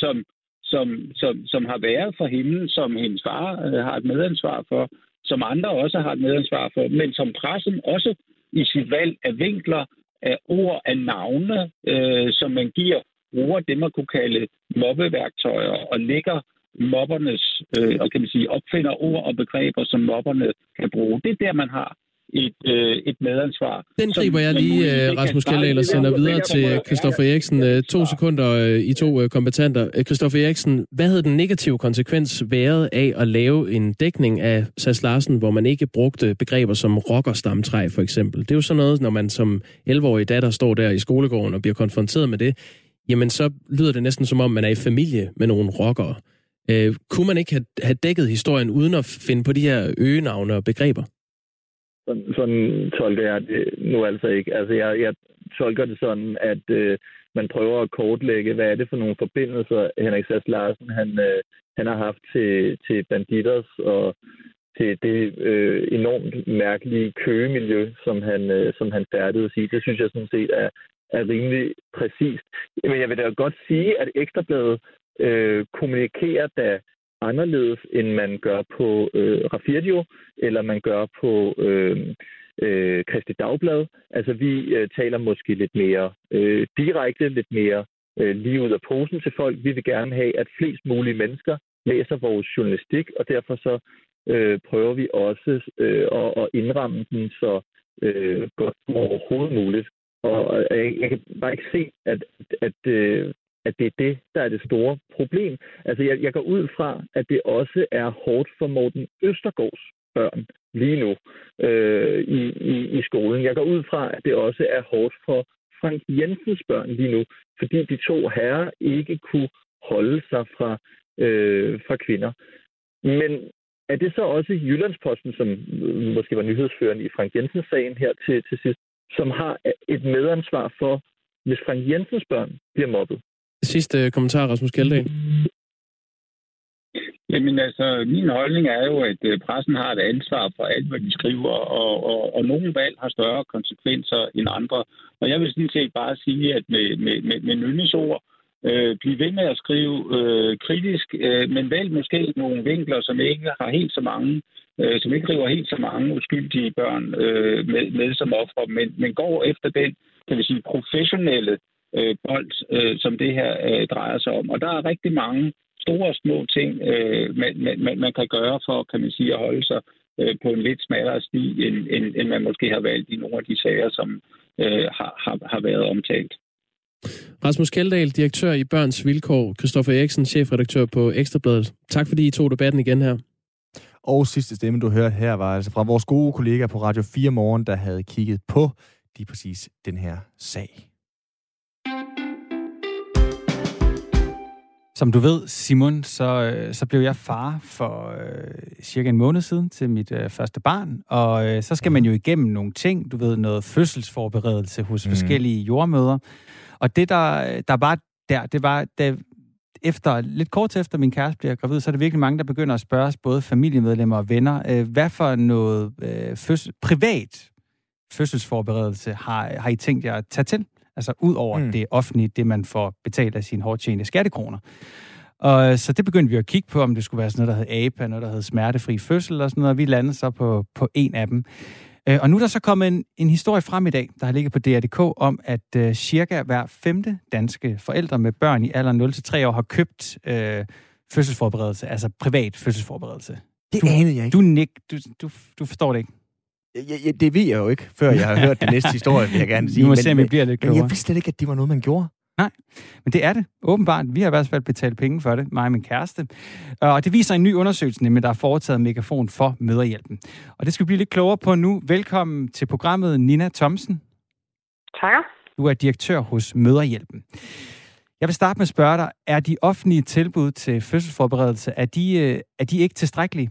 som har været for hende, som hendes far har et medansvar for, som andre også har et medansvar for, men som pressen også i sit valg af vinkler, af ord, af navne, som man bruger det, man kunne kalde mobbeværktøjer, og lægger mobbernes, og kan man sige, opfinder ord og begreber, som mobberne kan bruge. Det er der, man har et medansvar. Den griber jeg lige, Rasmus Kjeldahl, og sender videre til Christoffer Eriksen. 2 sekunder i 2 kombattanter. Christoffer Eriksen, hvad havde den negative konsekvens været af at lave en dækning af Sass Larsen, hvor man ikke brugte begreber som rockerstamtræ, for eksempel? Det er jo sådan noget, når man som 11-årig datter står der i skolegården og bliver konfronteret med det, jamen så lyder det næsten som om, man er i familie med nogle rockere. Kunne man ikke have dækket historien uden at finde på de her øgenavne og begreber? Sådan tolker jeg det nu altså ikke. Altså jeg tolker det sådan, at man prøver at kortlægge, hvad er det for nogle forbindelser, Henrik Sass Larsen han har haft til Bandidos og til det enormt mærkelige køgemiljø, som han færdedes i. Det synes jeg sådan set er rimelig præcist. Men jeg vil da godt sige, at Ekstrabladet kommunikerer da anderledes, end man gør på Rafirdio, eller man gør på Kristi Dagblad. Altså, vi taler måske lidt mere direkte, lidt mere lige ud af posen til folk. Vi vil gerne have, at flest mulige mennesker læser vores journalistik, og derfor så prøver vi også at indramme den så godt som overhovedet muligt. Og jeg kan bare ikke se, at det er det, der er det store problem. Altså, jeg går ud fra, at det også er hårdt for Morten Østergaards børn lige nu i skolen. Jeg går ud fra, at det også er hårdt for Frank Jensens børn lige nu, fordi de 2 herrer ikke kunne holde sig fra kvinder. Men er det så også Jyllandsposten, som måske var nyhedsførende i Frank Jensens sagen her til sidst, som har et medansvar for, hvis Frank Jensens børn bliver mobbet? Sidste kommentar, Rasmus Kjeldahl. Jamen altså, min holdning er jo, at pressen har et ansvar for alt, hvad de skriver, og nogle valg har større konsekvenser end andre. Og jeg vil sådan set bare sige, at med Nynnes ord, blive ved med at skrive kritisk, men vælg måske nogle vinkler, som ikke har helt så mange, som ikke river helt så mange uskyldige børn med som offer, men går efter den, kan vi sige, professionelle bold, som det her drejer sig om. Og der er rigtig mange store og små ting, man kan gøre for, kan man sige, at holde sig på en lidt smallere sti, end man måske har valgt i nogle af de sager, som har været omtalt. Rasmus Kjeldahl, direktør i Børns Vilkår, Christoffer Eriksen, chefredaktør på Ekstrabladet. Tak fordi I tog debatten igen her. Og sidste stemme, du hørte her, var altså fra vores gode kollega på Radio 4 Morgen, der havde kigget på lige præcis den her sag. Som du ved, Simon, så blev jeg far for cirka en måned siden til mit første barn, og så skal man jo igennem nogle ting, du ved, noget fødselsforberedelse hos forskellige jordmødre. Og det, der var der, det var, da lidt kort efter min kæreste bliver gravid, så er der virkelig mange, der begynder at spørge os, både familiemedlemmer og venner, hvad for noget privat fødselsforberedelse har I tænkt jer at tage til? Altså ud over det offentlige, det man får betalt af sine hårdt tjente skattekroner. Og så det begyndte vi at kigge på, om det skulle være sådan noget, der hed APA, noget, der hed smertefri fødsel og sådan noget, og vi landede så på en af dem. Og nu er der så kommet en historie frem i dag, der har ligget på DR.dk, om at cirka hver 5. danske forældre med børn i alderen 0-3 år har købt fødselsforberedelse, altså privat fødselsforberedelse. Det anede jeg ikke. Du forstår det ikke. Ja, det ved jeg jo ikke, før jeg har hørt den næste historie, vil jeg gerne sige. Vi må se, om vi bliver lidt klogere. Men jeg vidste slet ikke, at det var noget, man gjorde. Nej, men det er det. Åbenbart. Vi har i hvert fald betalt penge for det, mig og min kæreste. Og det viser en ny undersøgelse, nemlig der er foretaget Megafon for Mødrehjælpen. Og det skal vi blive lidt klogere på nu. Velkommen til programmet, Nina Thomsen. Tak. Du er direktør hos Mødrehjælpen. Jeg vil starte med at spørge dig, er de offentlige tilbud til fødselsforberedelse, er de ikke tilstrækkelige?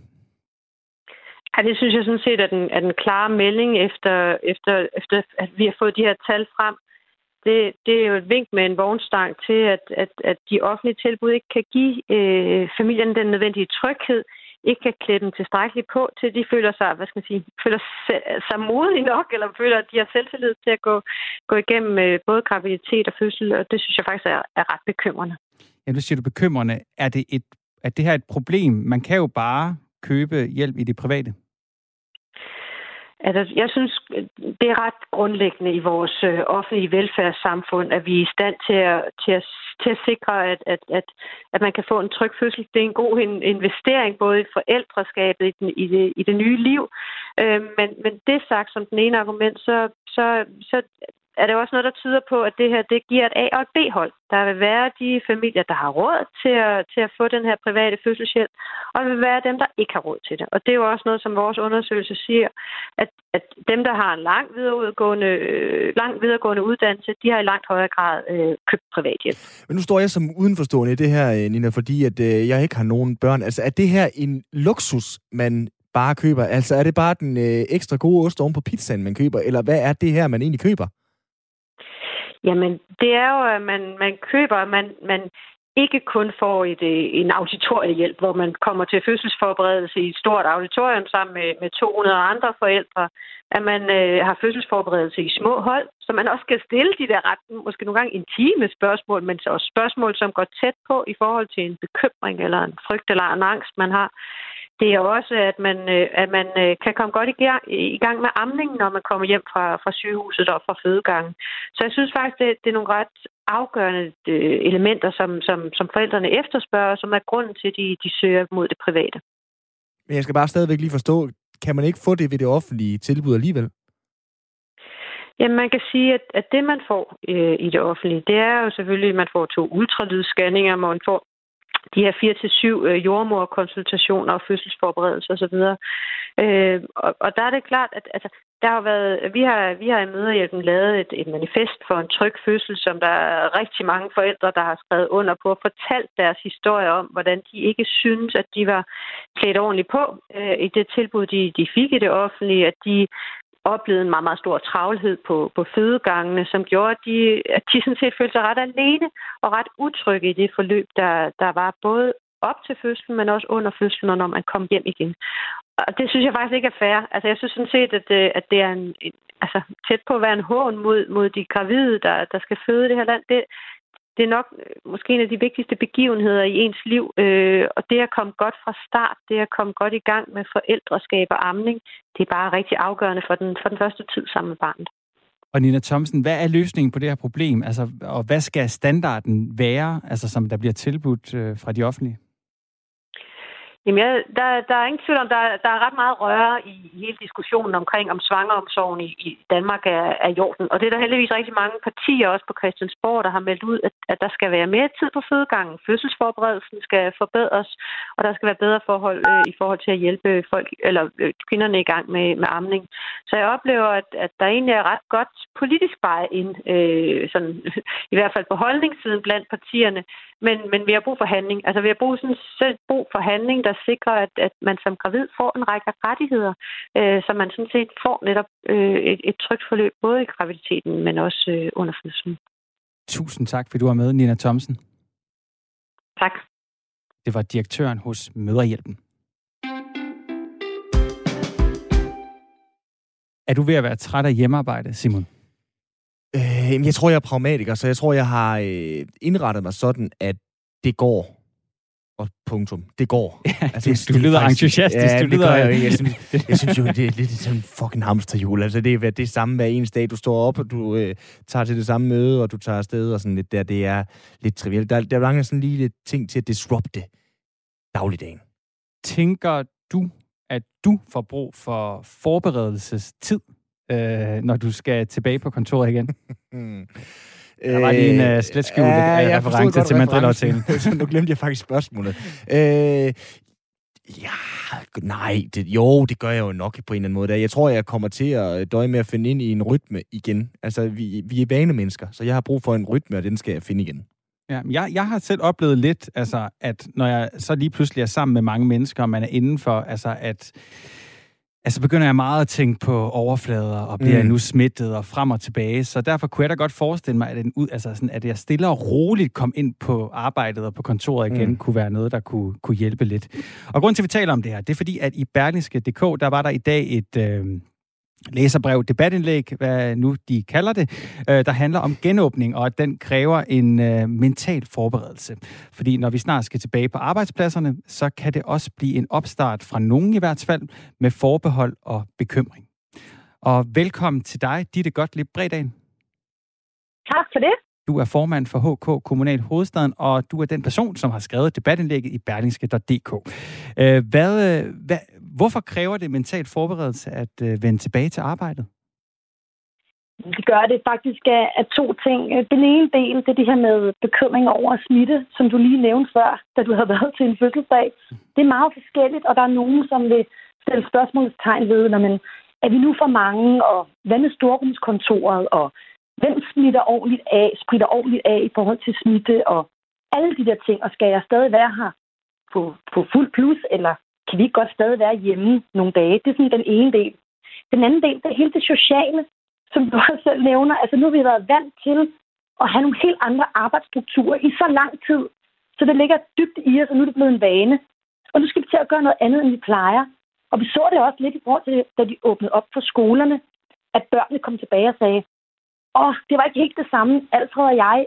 Ja, det synes jeg sådan set er den klare melding, efter at vi har fået de her tal frem. Det er jo et vink med en vognstang til, at de offentlige tilbud ikke kan give familien den nødvendige tryghed, ikke kan klæde dem tilstrækkeligt på, til de føler sig, føler sig modige nok, eller føler, at de har selvtillid til at gå igennem både graviditet og fødsel, og det synes jeg faktisk er ret bekymrende. Ja, nu siger du bekymrende. Er det her et problem? Man kan jo bare købe hjælp i det private. Altså, jeg synes, det er ret grundlæggende i vores offentlige velfærdssamfund, at vi er i stand til at sikre, at man kan få en tryg fødsel. Det er en god investering, både i forældreskabet, i det nye liv. Men det sagt som den ene argument, så er det også noget, der tyder på, at det her det giver et A- og et B-hold. Der vil være de familier, der har råd til at få den her private fødselshjælp, og der vil være dem, der ikke har råd til det. Og det er jo også noget, som vores undersøgelse siger, at dem, der har en lang videregående uddannelse, de har i langt højere grad købt privathjælp. Men nu står jeg som udenforstående i det her, Nina, fordi at jeg ikke har nogen børn. Altså, er det her en luksus, man bare køber? Altså, er det bare den ekstra gode ost oven på pizzaen, man køber? Eller hvad er det her, man egentlig køber? Jamen, det er jo, at man køber, man ikke kun får en auditoriehjælp, hvor man kommer til fødselsforberedelse i et stort auditorium sammen med 200 andre forældre, at man har fødselsforberedelse i små hold, så man også skal stille de der måske nogle gange intime spørgsmål, men så også spørgsmål, som går tæt på i forhold til en bekymring eller en frygt eller en angst, man har. Det er også, at man kan komme godt i gang med amningen, når man kommer hjem fra sygehuset og fra fødegangen. Så jeg synes faktisk, det er nogle ret afgørende elementer, som forældrene efterspørger, som er grunden til, at de søger mod det private. Men jeg skal bare stadigvæk lige forstå, kan man ikke få det ved det offentlige tilbud alligevel? Jamen, man kan sige, at det, man får i det offentlige, det er jo selvfølgelig, at man får 2 ultralydsscanninger, man får de her 4-7 jordmorkonsultationer og fødselsforberedelser osv. Og der er det klart, at altså, der har været, vi har i Mødrehjælpen lavet et manifest for en tryg fødsel, som der er rigtig mange forældre, der har skrevet under på og fortalt deres historie om, hvordan de ikke synes, at de var klædt ordentligt på i det tilbud, de fik i det offentlige, at de oplevede en meget, meget stor travlhed på fødegangene, som gjorde, at de sådan set følte sig ret alene og ret utrygge i det forløb, der var både op til fødslen, men også under fødslen, og når man kom hjem igen. Og det synes jeg faktisk ikke er fair. Altså, jeg synes sådan set, at det er tæt på at være en hån mod de gravide, der skal føde i det her land. Det er nok måske en af de vigtigste begivenheder i ens liv, og det at komme godt fra start, det at komme godt i gang med forældreskab og amning, det er bare rigtig afgørende for den første tid sammen med barnet. Og Nina Thomsen, hvad er løsningen på det her problem? Altså, og hvad skal standarden være, altså, som der bliver tilbudt fra de offentlige? Jamen, der er ingen tvivl om, der er ret meget røre i hele diskussionen omkring, om svangreomsorgen i Danmark er i orden. Og det er der heldigvis rigtig mange partier, også på Christiansborg, der har meldt ud, at der skal være mere tid på fødegangen. Fødselsforberedelsen skal forbedres, og der skal være bedre forhold i forhold til at hjælpe kvinderne i gang med amning. Så jeg oplever, at der egentlig er ret godt politisk vej ind, sådan, i hvert fald på holdningssiden blandt partierne, Men vi har brug for handling. Altså, vi har brug for handling, der sikrer, at man som gravid får en række rettigheder, så man sådan set får netop et trygt forløb, både i graviditeten, men også under fødslen. Tusind tak, fordi du var med, Nina Thomsen. Tak. Det var direktøren hos Mødrehjælpen. Er du ved at være træt af hjemmearbejde, Simon? Jeg tror, jeg er pragmatiker, så jeg tror, jeg har indrettet mig sådan, at det går. Og punktum. Det går. Altså, du lyder entusiastisk. Ja, det gør jeg jo. Jeg synes jo, det er lidt sådan en fucking hamsterhjul. Altså, det er det samme hver eneste dag. Du står op, og du tager til det samme møde, og du tager afsted, og sådan lidt der. Det er lidt trivielt. Der er mange sådan lige lidt ting til at disrupte dagligdagen. Tænker du, at du får brug for forberedelsestid, når du skal tilbage på kontoret igen? Der var lige en slet skjult reference til Madrid-aftalen. Så nu glemte jeg faktisk spørgsmålet. Nej, det gør jeg jo nok på en eller anden måde. Jeg tror, jeg kommer til at døje med at finde ind i en rytme igen. Altså, vi er vanemennesker, så jeg har brug for en rytme, og den skal jeg finde igen. Ja, jeg har selv oplevet lidt, altså, at når jeg så lige pludselig er sammen med mange mennesker, og man er indenfor, begynder jeg meget at tænke på overflader, og bliver nu smittet og frem og tilbage. Så derfor kunne jeg da godt forestille mig, at jeg stille og roligt kom ind på arbejdet og på kontoret igen, kunne være noget, der kunne hjælpe lidt. Og grunden til, at vi taler om det her, det er fordi, at i Berlingske.dk, der var der i dag et læserbrev, debatindlæg, hvad nu de kalder det, der handler om genåbning, og at den kræver en mental forberedelse. Fordi når vi snart skal tilbage på arbejdspladserne, så kan det også blive en opstart fra nogen i hvert fald, med forbehold og bekymring. Og velkommen til dig, Ditte Gottlieb Bredal. Tak for det. Du er formand for HK Kommunal Hovedstaden, og du er den person, som har skrevet debatindlægget i Berlingske.dk. Hvorfor kræver det mental forberedelse at vende tilbage til arbejdet? Det gør det faktisk af to ting. Den ene del, det er det her med bekymring over smitte, som du lige nævnte før, da du havde været til en fødselsdag. Det er meget forskelligt, og der er nogen, som vil stille spørgsmålstegn ved, er vi nu for mange, og hvad med storrumskontoret, og hvem spritter ordentligt af i forhold til smitte, og alle de der ting, og skal jeg stadig være her på fuld plus, eller kan vi ikke godt stadig være hjemme nogle dage? Det er sådan den ene del. Den anden del, det er hele det sociale, som du også selv nævner. Altså nu har vi været vant til at have nogle helt andre arbejdsstrukturer i så lang tid, så det ligger dybt i os, og nu er det blevet en vane. Og nu skal vi til at gøre noget andet, end vi plejer. Og vi så det også lidt i forhold til, da de åbnede op for skolerne, at børnene kom tilbage og sagde, det var ikke helt det samme, Alfred og jeg.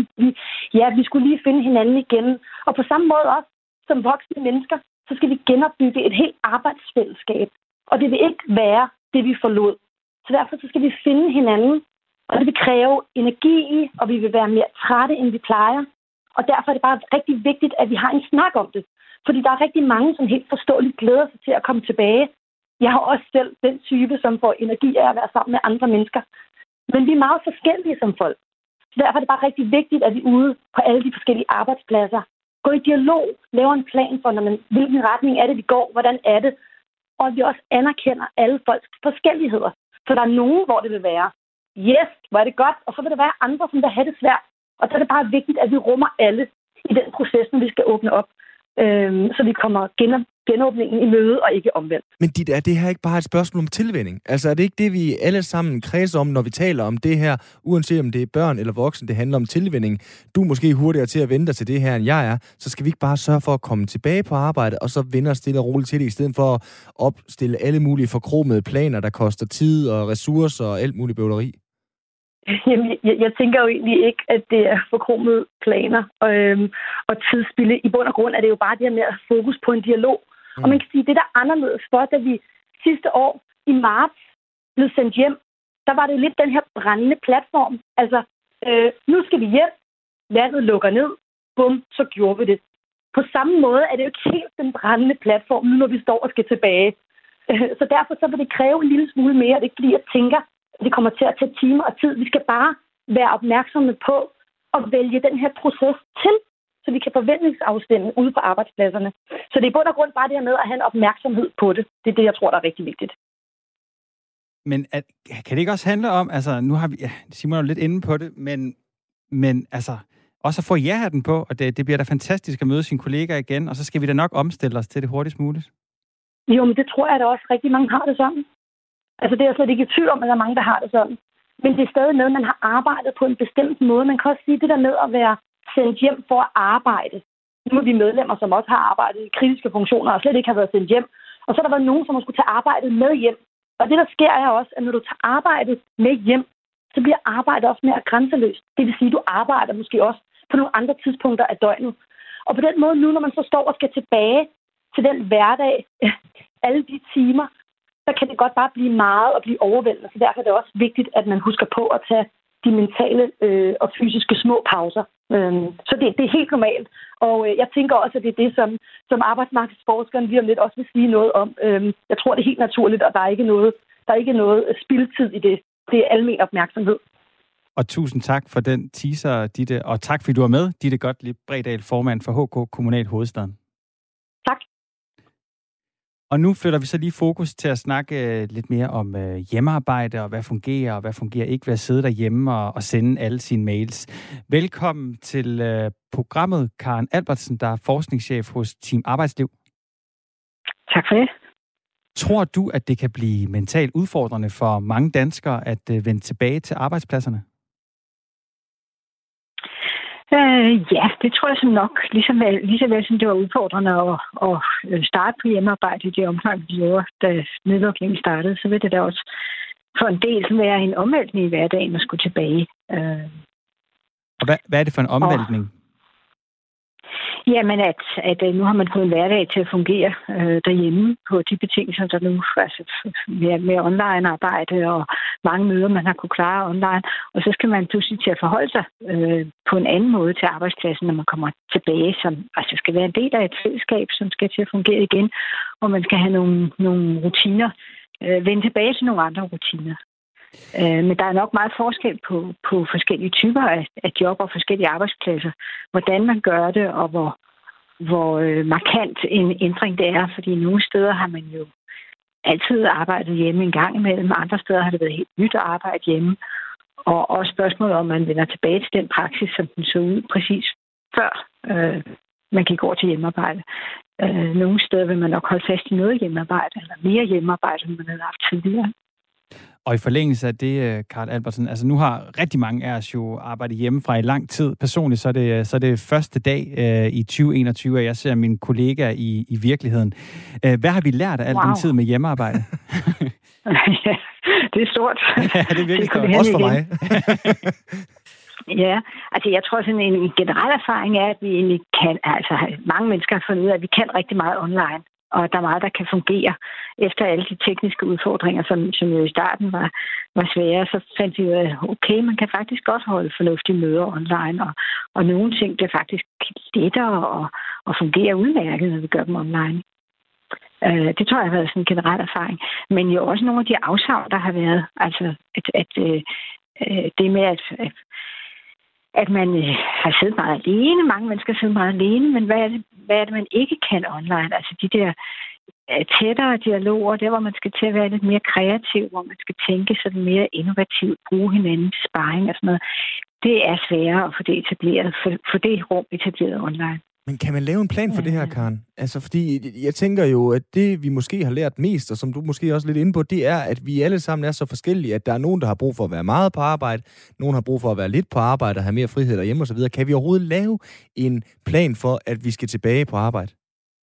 Vi skulle lige finde hinanden igen. Og på samme måde også, som voksne mennesker, så skal vi genopbygge et helt arbejdsfællesskab. Og det vil ikke være det, vi forlod. Så derfor så skal vi finde hinanden, og det vil kræve energi i, og vi vil være mere trætte, end vi plejer. Og derfor er det bare rigtig vigtigt, at vi har en snak om det. Fordi der er rigtig mange, som helt forståeligt glæder sig til at komme tilbage. Jeg har også selv den type, som får energi af at være sammen med andre mennesker. Men vi er meget forskellige som folk. Så derfor er det bare rigtig vigtigt, at vi er ude på alle de forskellige arbejdspladser. Gå i dialog, laver en plan for, hvilken retning er det, vi går, hvordan er det. Og at vi også anerkender alle folks forskelligheder. For der er nogen, hvor det vil være, yes, hvor er det godt, og så vil der være andre, som vil have det svært. Og så er det bare vigtigt, at vi rummer alle i den proces, når vi skal åbne op. Så vi kommer genåbningen i møde og ikke omvendt. Men er det her ikke bare et spørgsmål om tilvænning? Altså er det ikke det, vi alle sammen kredser om, når vi taler om det her, uanset om det er børn eller voksne, det handler om tilvænning. Du er måske hurtigere til at vente dig til det her, end jeg er, så skal vi ikke bare sørge for at komme tilbage på arbejde, og så vende os stille og roligt til det, i stedet for at opstille alle mulige forkromede planer, der koster tid og ressourcer og alt muligt bøvleri? Jamen, jeg tænker jo egentlig ikke, at det er forkromede planer og tidsspilde. I bund og grund er det jo bare det her med at fokus på en dialog. Og man kan sige, at det der er anderledes for, da vi sidste år i marts blev sendt hjem, der var det jo lidt den her brændende platform. Altså, nu skal vi hjem, landet lukker ned, bum, så gjorde vi det. På samme måde er det jo ikke helt den brændende platform, nu når vi står og skal tilbage. Så derfor så vil det kræve en lille smule mere, det er ikke fordi, jeg tænker, det kommer til at tage timer og tid. Vi skal bare være opmærksomme på at vælge den her proces til, så vi kan forventningsafstemme ude på arbejdspladserne. Så det er i bund og grund bare det her med at have en opmærksomhed på det. Det er det, jeg tror, der er rigtig vigtigt. Men kan det ikke også handle om, altså nu har vi, Simon er lidt inde på det, men altså, Og så får ja-hatten på, og det bliver da fantastisk at møde sine kollegaer igen, og så skal vi da nok omstille os til det hurtigst muligt. Jo, men det tror jeg da også rigtig mange har det sådan. Altså det er jeg slet ikke i tvivl om, at der er mange, der har det sådan. Men det er stadig noget, man har arbejdet på en bestemt måde. Man kan også sige, det der med at være sendt hjem for at arbejde. Nu er vi medlemmer, som også har arbejdet i kritiske funktioner, og slet ikke har været sendt hjem. Og så har der været nogen, som skulle tage arbejdet med hjem. Og det, der sker, er også, at når du tager arbejdet med hjem, så bliver arbejdet også mere grænseløst. Det vil sige, at du arbejder måske også på nogle andre tidspunkter af døgnet. Og på den måde nu, når man så står og skal tilbage til den hverdag, alle de timer, så kan det godt bare blive meget og blive overvældende. Så derfor er det også vigtigt, at man husker på at tage de mentale og fysiske små pauser. Så det er helt normalt. Og jeg tænker også, at det er det, som arbejdsmarkedsforskeren lige om lidt også vil sige noget om. Jeg tror, det er helt naturligt, og der er ikke noget spildtid i det. Det er almen opmærksomhed. Og tusind tak for den teaser, Ditte. Og tak, fordi du var med, Ditte Gottlieb Bredal, formand for HK Kommunal Hovedstaden. Tak. Og nu flytter vi så lige fokus til at snakke lidt mere om hjemmearbejde, og hvad fungerer ikke ved at sidde derhjemme og sende alle sine mails. Velkommen til programmet, Karen Albertsen, der er forskningschef hos Team Arbejdsliv. Tak for det. Tror du, at det kan blive mentalt udfordrende for mange danskere at vende tilbage til arbejdspladserne? Ja, det tror jeg som nok. Lige så vel som det var udfordrende at starte på hjemmearbejde i det omfang, vi gjorde, da nedlukningen startede, så vil det da også for en del være en omvæltning i hverdagen at skulle tilbage. Og hvad er det for en omvæltning? Jamen, at nu har man fået en hverdag til at fungere derhjemme på de betingelser, der nu altså med online-arbejde og mange møder, man har kunne klare online. Og så skal man pludselig til at forholde sig på en anden måde til arbejdspladsen, når man kommer tilbage, som altså skal være en del af et fællesskab, som skal til at fungere igen, og man skal have nogle rutiner, vende tilbage til nogle andre rutiner. Men der er nok meget forskel på forskellige typer af job og forskellige arbejdspladser. Hvordan man gør det, og hvor markant en ændring det er. Fordi nogle steder har man jo altid arbejdet hjemme en gang imellem. Andre steder har det været helt nyt at arbejde hjemme. Og også spørgsmålet om man vender tilbage til den praksis, som den så ud præcis før man gik over til hjemmearbejde. Nogle steder vil man nok holde fast i noget hjemmearbejde, eller mere hjemmearbejde, end man havde haft tidligere. Og i forlængelse af det, Karen Albertsen, altså nu har rigtig mange af os jo arbejdet hjemmefra i lang tid. Personligt så er det første dag i 2021, at jeg ser mine kollegaer i virkeligheden. Hvad har vi lært af al den tid med hjemmearbejde? Ja, det er stort. Ja, det er virkelig stort. Også for mig. Ja, altså jeg tror sådan en generel erfaring er, at vi egentlig kan, altså mange mennesker har fundet ud af, at vi kan rigtig meget online. Og der er meget, der kan fungere efter alle de tekniske udfordringer, som jo i starten var svære. Så fandt vi ud af, okay, man kan faktisk godt holde fornuftige møder online, og nogle ting bliver faktisk lettere og fungerer udmærket, når vi gør dem online. Det tror jeg har været sådan en generel erfaring. Men jo også nogle af de afsavn, der har været, altså at det med, at man har siddet meget alene. Mange mennesker sidder meget alene, men hvad er det, man ikke kan online? Altså de der tættere dialoger, der hvor man skal til at være lidt mere kreativ, hvor man skal tænke sådan mere innovativt, bruge hinandens sparring og sådan noget. Det er sværere at få det etableret, få det rum etableret online. Men kan man lave en plan for det her, Karen? Altså, fordi jeg tænker jo, at det, vi måske har lært mest, og som du måske også lidt inde på, det er, at vi alle sammen er så forskellige, at der er nogen, der har brug for at være meget på arbejde, nogen har brug for at være lidt på arbejde og have mere frihed derhjemme osv. Kan vi overhovedet lave en plan for, at vi skal tilbage på arbejde?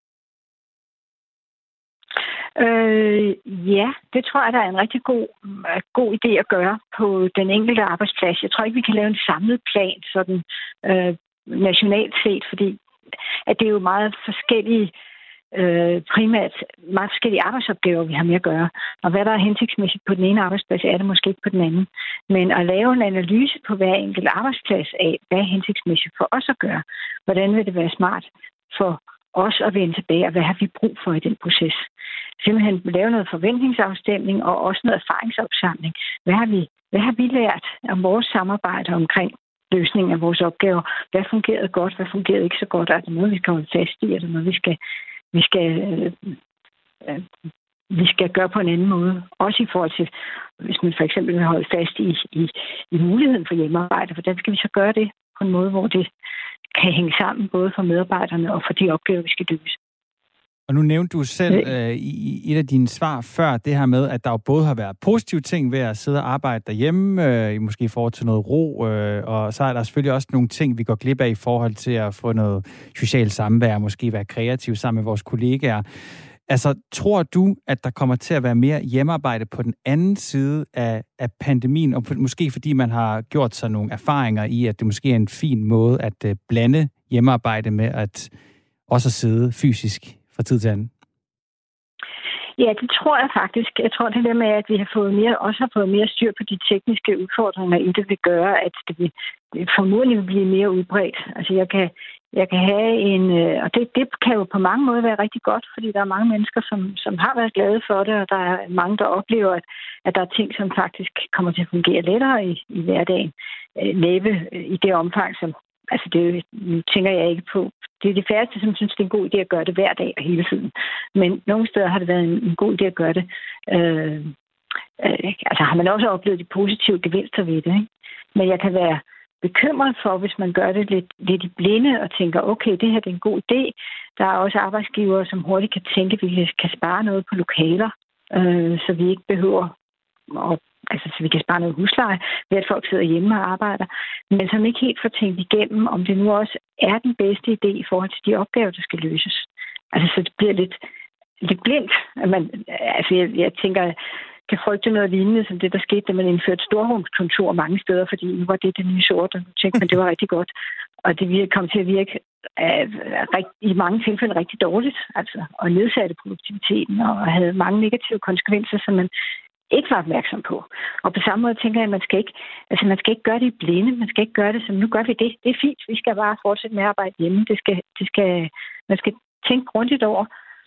Ja, det tror jeg, der er en rigtig god idé at gøre på den enkelte arbejdsplads. Jeg tror ikke, vi kan lave en samlet plan sådan nationalt set, fordi at det er jo meget forskellige, primært meget forskellige arbejdsopgaver, vi har med at gøre. Og hvad der er hensigtsmæssigt på den ene arbejdsplads, er det måske ikke på den anden. Men at lave en analyse på hver enkelt arbejdsplads af, hvad er hensigtsmæssigt for os at gøre? Hvordan vil det være smart for os at vende tilbage, og hvad har vi brug for i den proces? Simpelthen lave noget forventningsafstemning og også noget erfaringsopsamling. Hvad har vi lært om vores samarbejde omkring løsningen af vores opgaver? Hvad fungerede godt? Hvad fungerede ikke så godt? Er der noget, vi skal holde fast i? Er der noget, vi skal gøre på en anden måde? Også i forhold til, hvis man for eksempel vil holde fast i muligheden for hjemmearbejde. Hvordan skal vi så gøre det? på en måde, hvor det kan hænge sammen, både for medarbejderne og for de opgaver, vi skal løse. Og nu nævnte du selv i et af dine svar før det her med, at der jo både har været positive ting ved at sidde og arbejde derhjemme, måske i forhold til noget ro, og så er der selvfølgelig også nogle ting, vi går glip af i forhold til at få noget socialt samvær, måske være kreativ sammen med vores kollegaer. Altså, tror du, at der kommer til at være mere hjemmearbejde på den anden side af pandemien, og måske fordi man har gjort sig nogle erfaringer i, at det måske er en fin måde at blande hjemmearbejde med at også sidde fysisk fra tid til anden? Ja, det tror jeg faktisk. Jeg tror det der med, at vi har fået mere styr på de tekniske udfordringer i det, vil gøre, at det formodentlig vil blive mere udbredt. Altså jeg kan have og det kan jo på mange måder være rigtig godt, fordi der er mange mennesker, som har været glade for det, og der er mange, der oplever, at der er ting, som faktisk kommer til at fungere lettere i hverdagen. Leve i det omfang, som altså nu tænker jeg ikke på. Det er de færreste, som synes, det er en god idé at gøre det hver dag og hele tiden. Men nogle steder har det været en god idé at gøre det. Altså har man også oplevet de positive gevinster ved det. Ikke? Men jeg kan være bekymret for, hvis man gør det lidt i blinde og tænker, okay, det her det er en god idé. Der er også arbejdsgivere, som hurtigt kan tænke, at vi kan spare noget på lokaler, så vi ikke behøver så vi kan spare noget husleje ved, at folk sidder hjemme og arbejder, men som ikke helt får tænkt igennem, om det nu også er den bedste idé i forhold til de opgaver, der skal løses. Altså, så det bliver lidt blindt. Jeg tænker, jeg kan frygte noget lignende, som det, der skete, da man indførte storrumskontor mange steder, fordi nu var det nye sort, og nu tænkte man, det var rigtig godt. Og det kom til at virke i mange tilfælde rigtig dårligt, altså, og nedsatte produktiviteten, og havde mange negative konsekvenser, som man ikke var opmærksom på. Og på samme måde tænker jeg, at man skal ikke gøre det i blinde. Man skal ikke gøre det som, nu gør vi det. Det er fint. Vi skal bare fortsætte med at arbejde hjemme. Man skal tænke grundigt over,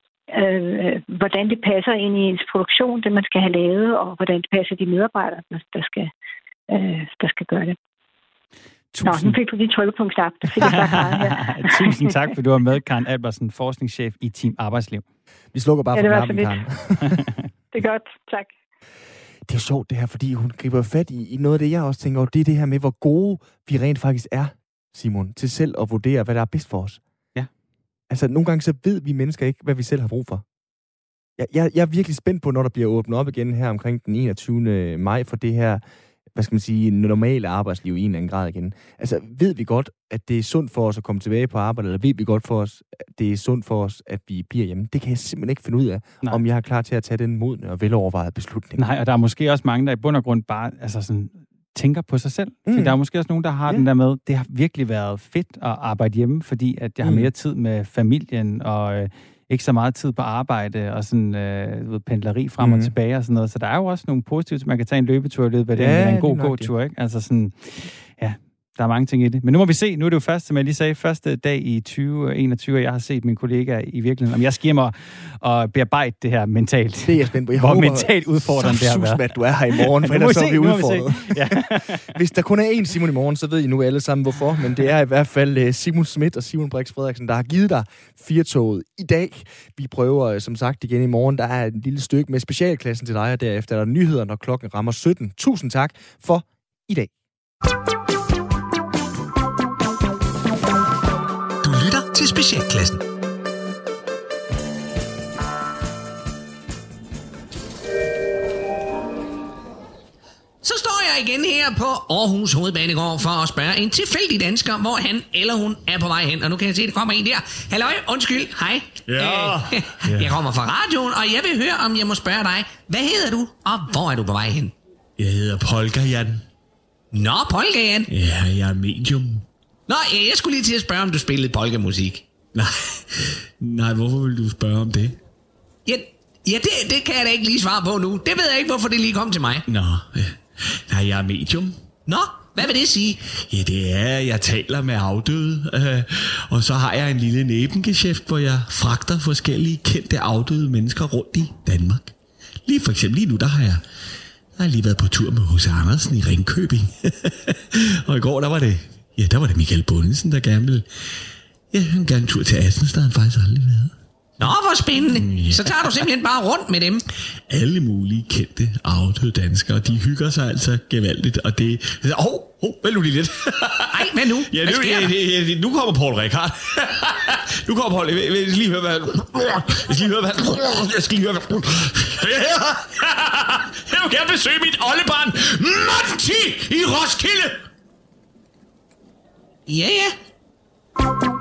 hvordan det passer ind i ens produktion, det man skal have lavet, og hvordan det passer de medarbejdere, der skal gøre det. Nå, nu fik du lige trykket på en knap. Det fik jeg sagt meget her. Tusind tak, for du var med, Karen Albertsen, forskningschef i Team Arbejdsliv. Vi slukker bare for knappen, Karen. Det er godt. Tak. Det er jo sjovt det her, fordi hun griber fat i noget af det, jeg også tænker over. Det er det her med, hvor gode vi rent faktisk er, Simon, til selv at vurdere, hvad der er bedst for os. Ja. Altså, nogle gange så ved vi mennesker ikke, hvad vi selv har brug for. Jeg er virkelig spændt på, når der bliver åbnet op igen her omkring den 21. maj for det her, hvad skal man sige, normale arbejdsliv i en eller anden grad igen. Altså, ved vi godt, at det er sundt for os at komme tilbage på arbejde, eller ved vi godt for os, at det er sundt for os, at vi bliver hjemme? Det kan jeg simpelthen ikke finde ud af, om jeg er klar til at tage den modne og velovervejede beslutning. Nej, og der er måske også mange, der i bund og grund bare tænker på sig selv. Fordi der er måske også nogen, der har den der med, det har virkelig været fedt at arbejde hjemme, fordi at jeg har mere tid med familien, og ikke så meget tid på arbejde, og sådan pendleri frem og tilbage og sådan noget. Så der er jo også nogle positive, man kan tage en løbetur i løbet af det, er en god gåtur, ikke? Altså sådan, ja, der er mange ting i det. Men nu må vi se, nu er det jo først, som jeg lige sagde, første dag i 2021, og jeg har set mine kollegaer i virkeligheden. Om jeg skal hjem og bearbejde det her mentalt. Det er jeg spændt på. Hvor mentalt udfordrende det har været. At du er her i morgen, for ellers er vi udfordret. Ja. Hvis der kun er én Simon i morgen, så ved I nu alle sammen hvorfor. Men det er i hvert fald Simon Schmidt og Simon Brix Frederiksen, der har givet dig 4-toget i dag. Vi prøver som sagt igen i morgen. Der er et lille stykke med specialklassen til dig, og derefter er der nyheder, når klokken rammer 17. Tusind tak for i dag. Til specialklassen. Så står jeg igen her på Aarhus Hovedbanegård for at spørge en tilfældig dansker, hvor han eller hun er på vej hen. Og nu kan jeg se, at der kommer en der. Halløj, undskyld, hej. Ja. Jeg kommer fra radioen, og jeg vil høre, om jeg må spørge dig. Hvad hedder du, og hvor er du på vej hen? Jeg hedder Polka Jan. Nå, Polka Jan. Ja, jeg er medium. Nå, jeg skulle lige til at spørge, om du spillede polkamusik. Nej, hvorfor vil du spørge om det? Ja, det kan jeg da ikke lige svare på nu. Det ved jeg ikke, hvorfor det lige kom til mig. Nå, nej, jeg er medium. Nå, hvad vil det sige? Ja, det er, jeg taler med afdøde, og så har jeg en lille nebengeschæft, hvor jeg fragter forskellige kendte afdøde mennesker rundt i Danmark. For eksempel lige nu, der har jeg lige været på tur med H.C. Andersen i Ringkøbing. Og i går, der var det Michael Bundesen, der gerne ville... Ja, han gerne en tur til Assens, der har han faktisk aldrig været. Nå, hvor spændende. Ja. Så tager du simpelthen bare rundt med dem. Alle mulige kendte afdøde danskere, de hygger sig altså gevaldigt, og det... Vel nu lige lidt. Ej, hvad nu? Ja, nu kommer Paul Rickard. Nu kommer Paul. Jeg skal lige høre, hvad... Jeg vil gerne besøge mit oldebarn, Monty, i Roskilde. Ja.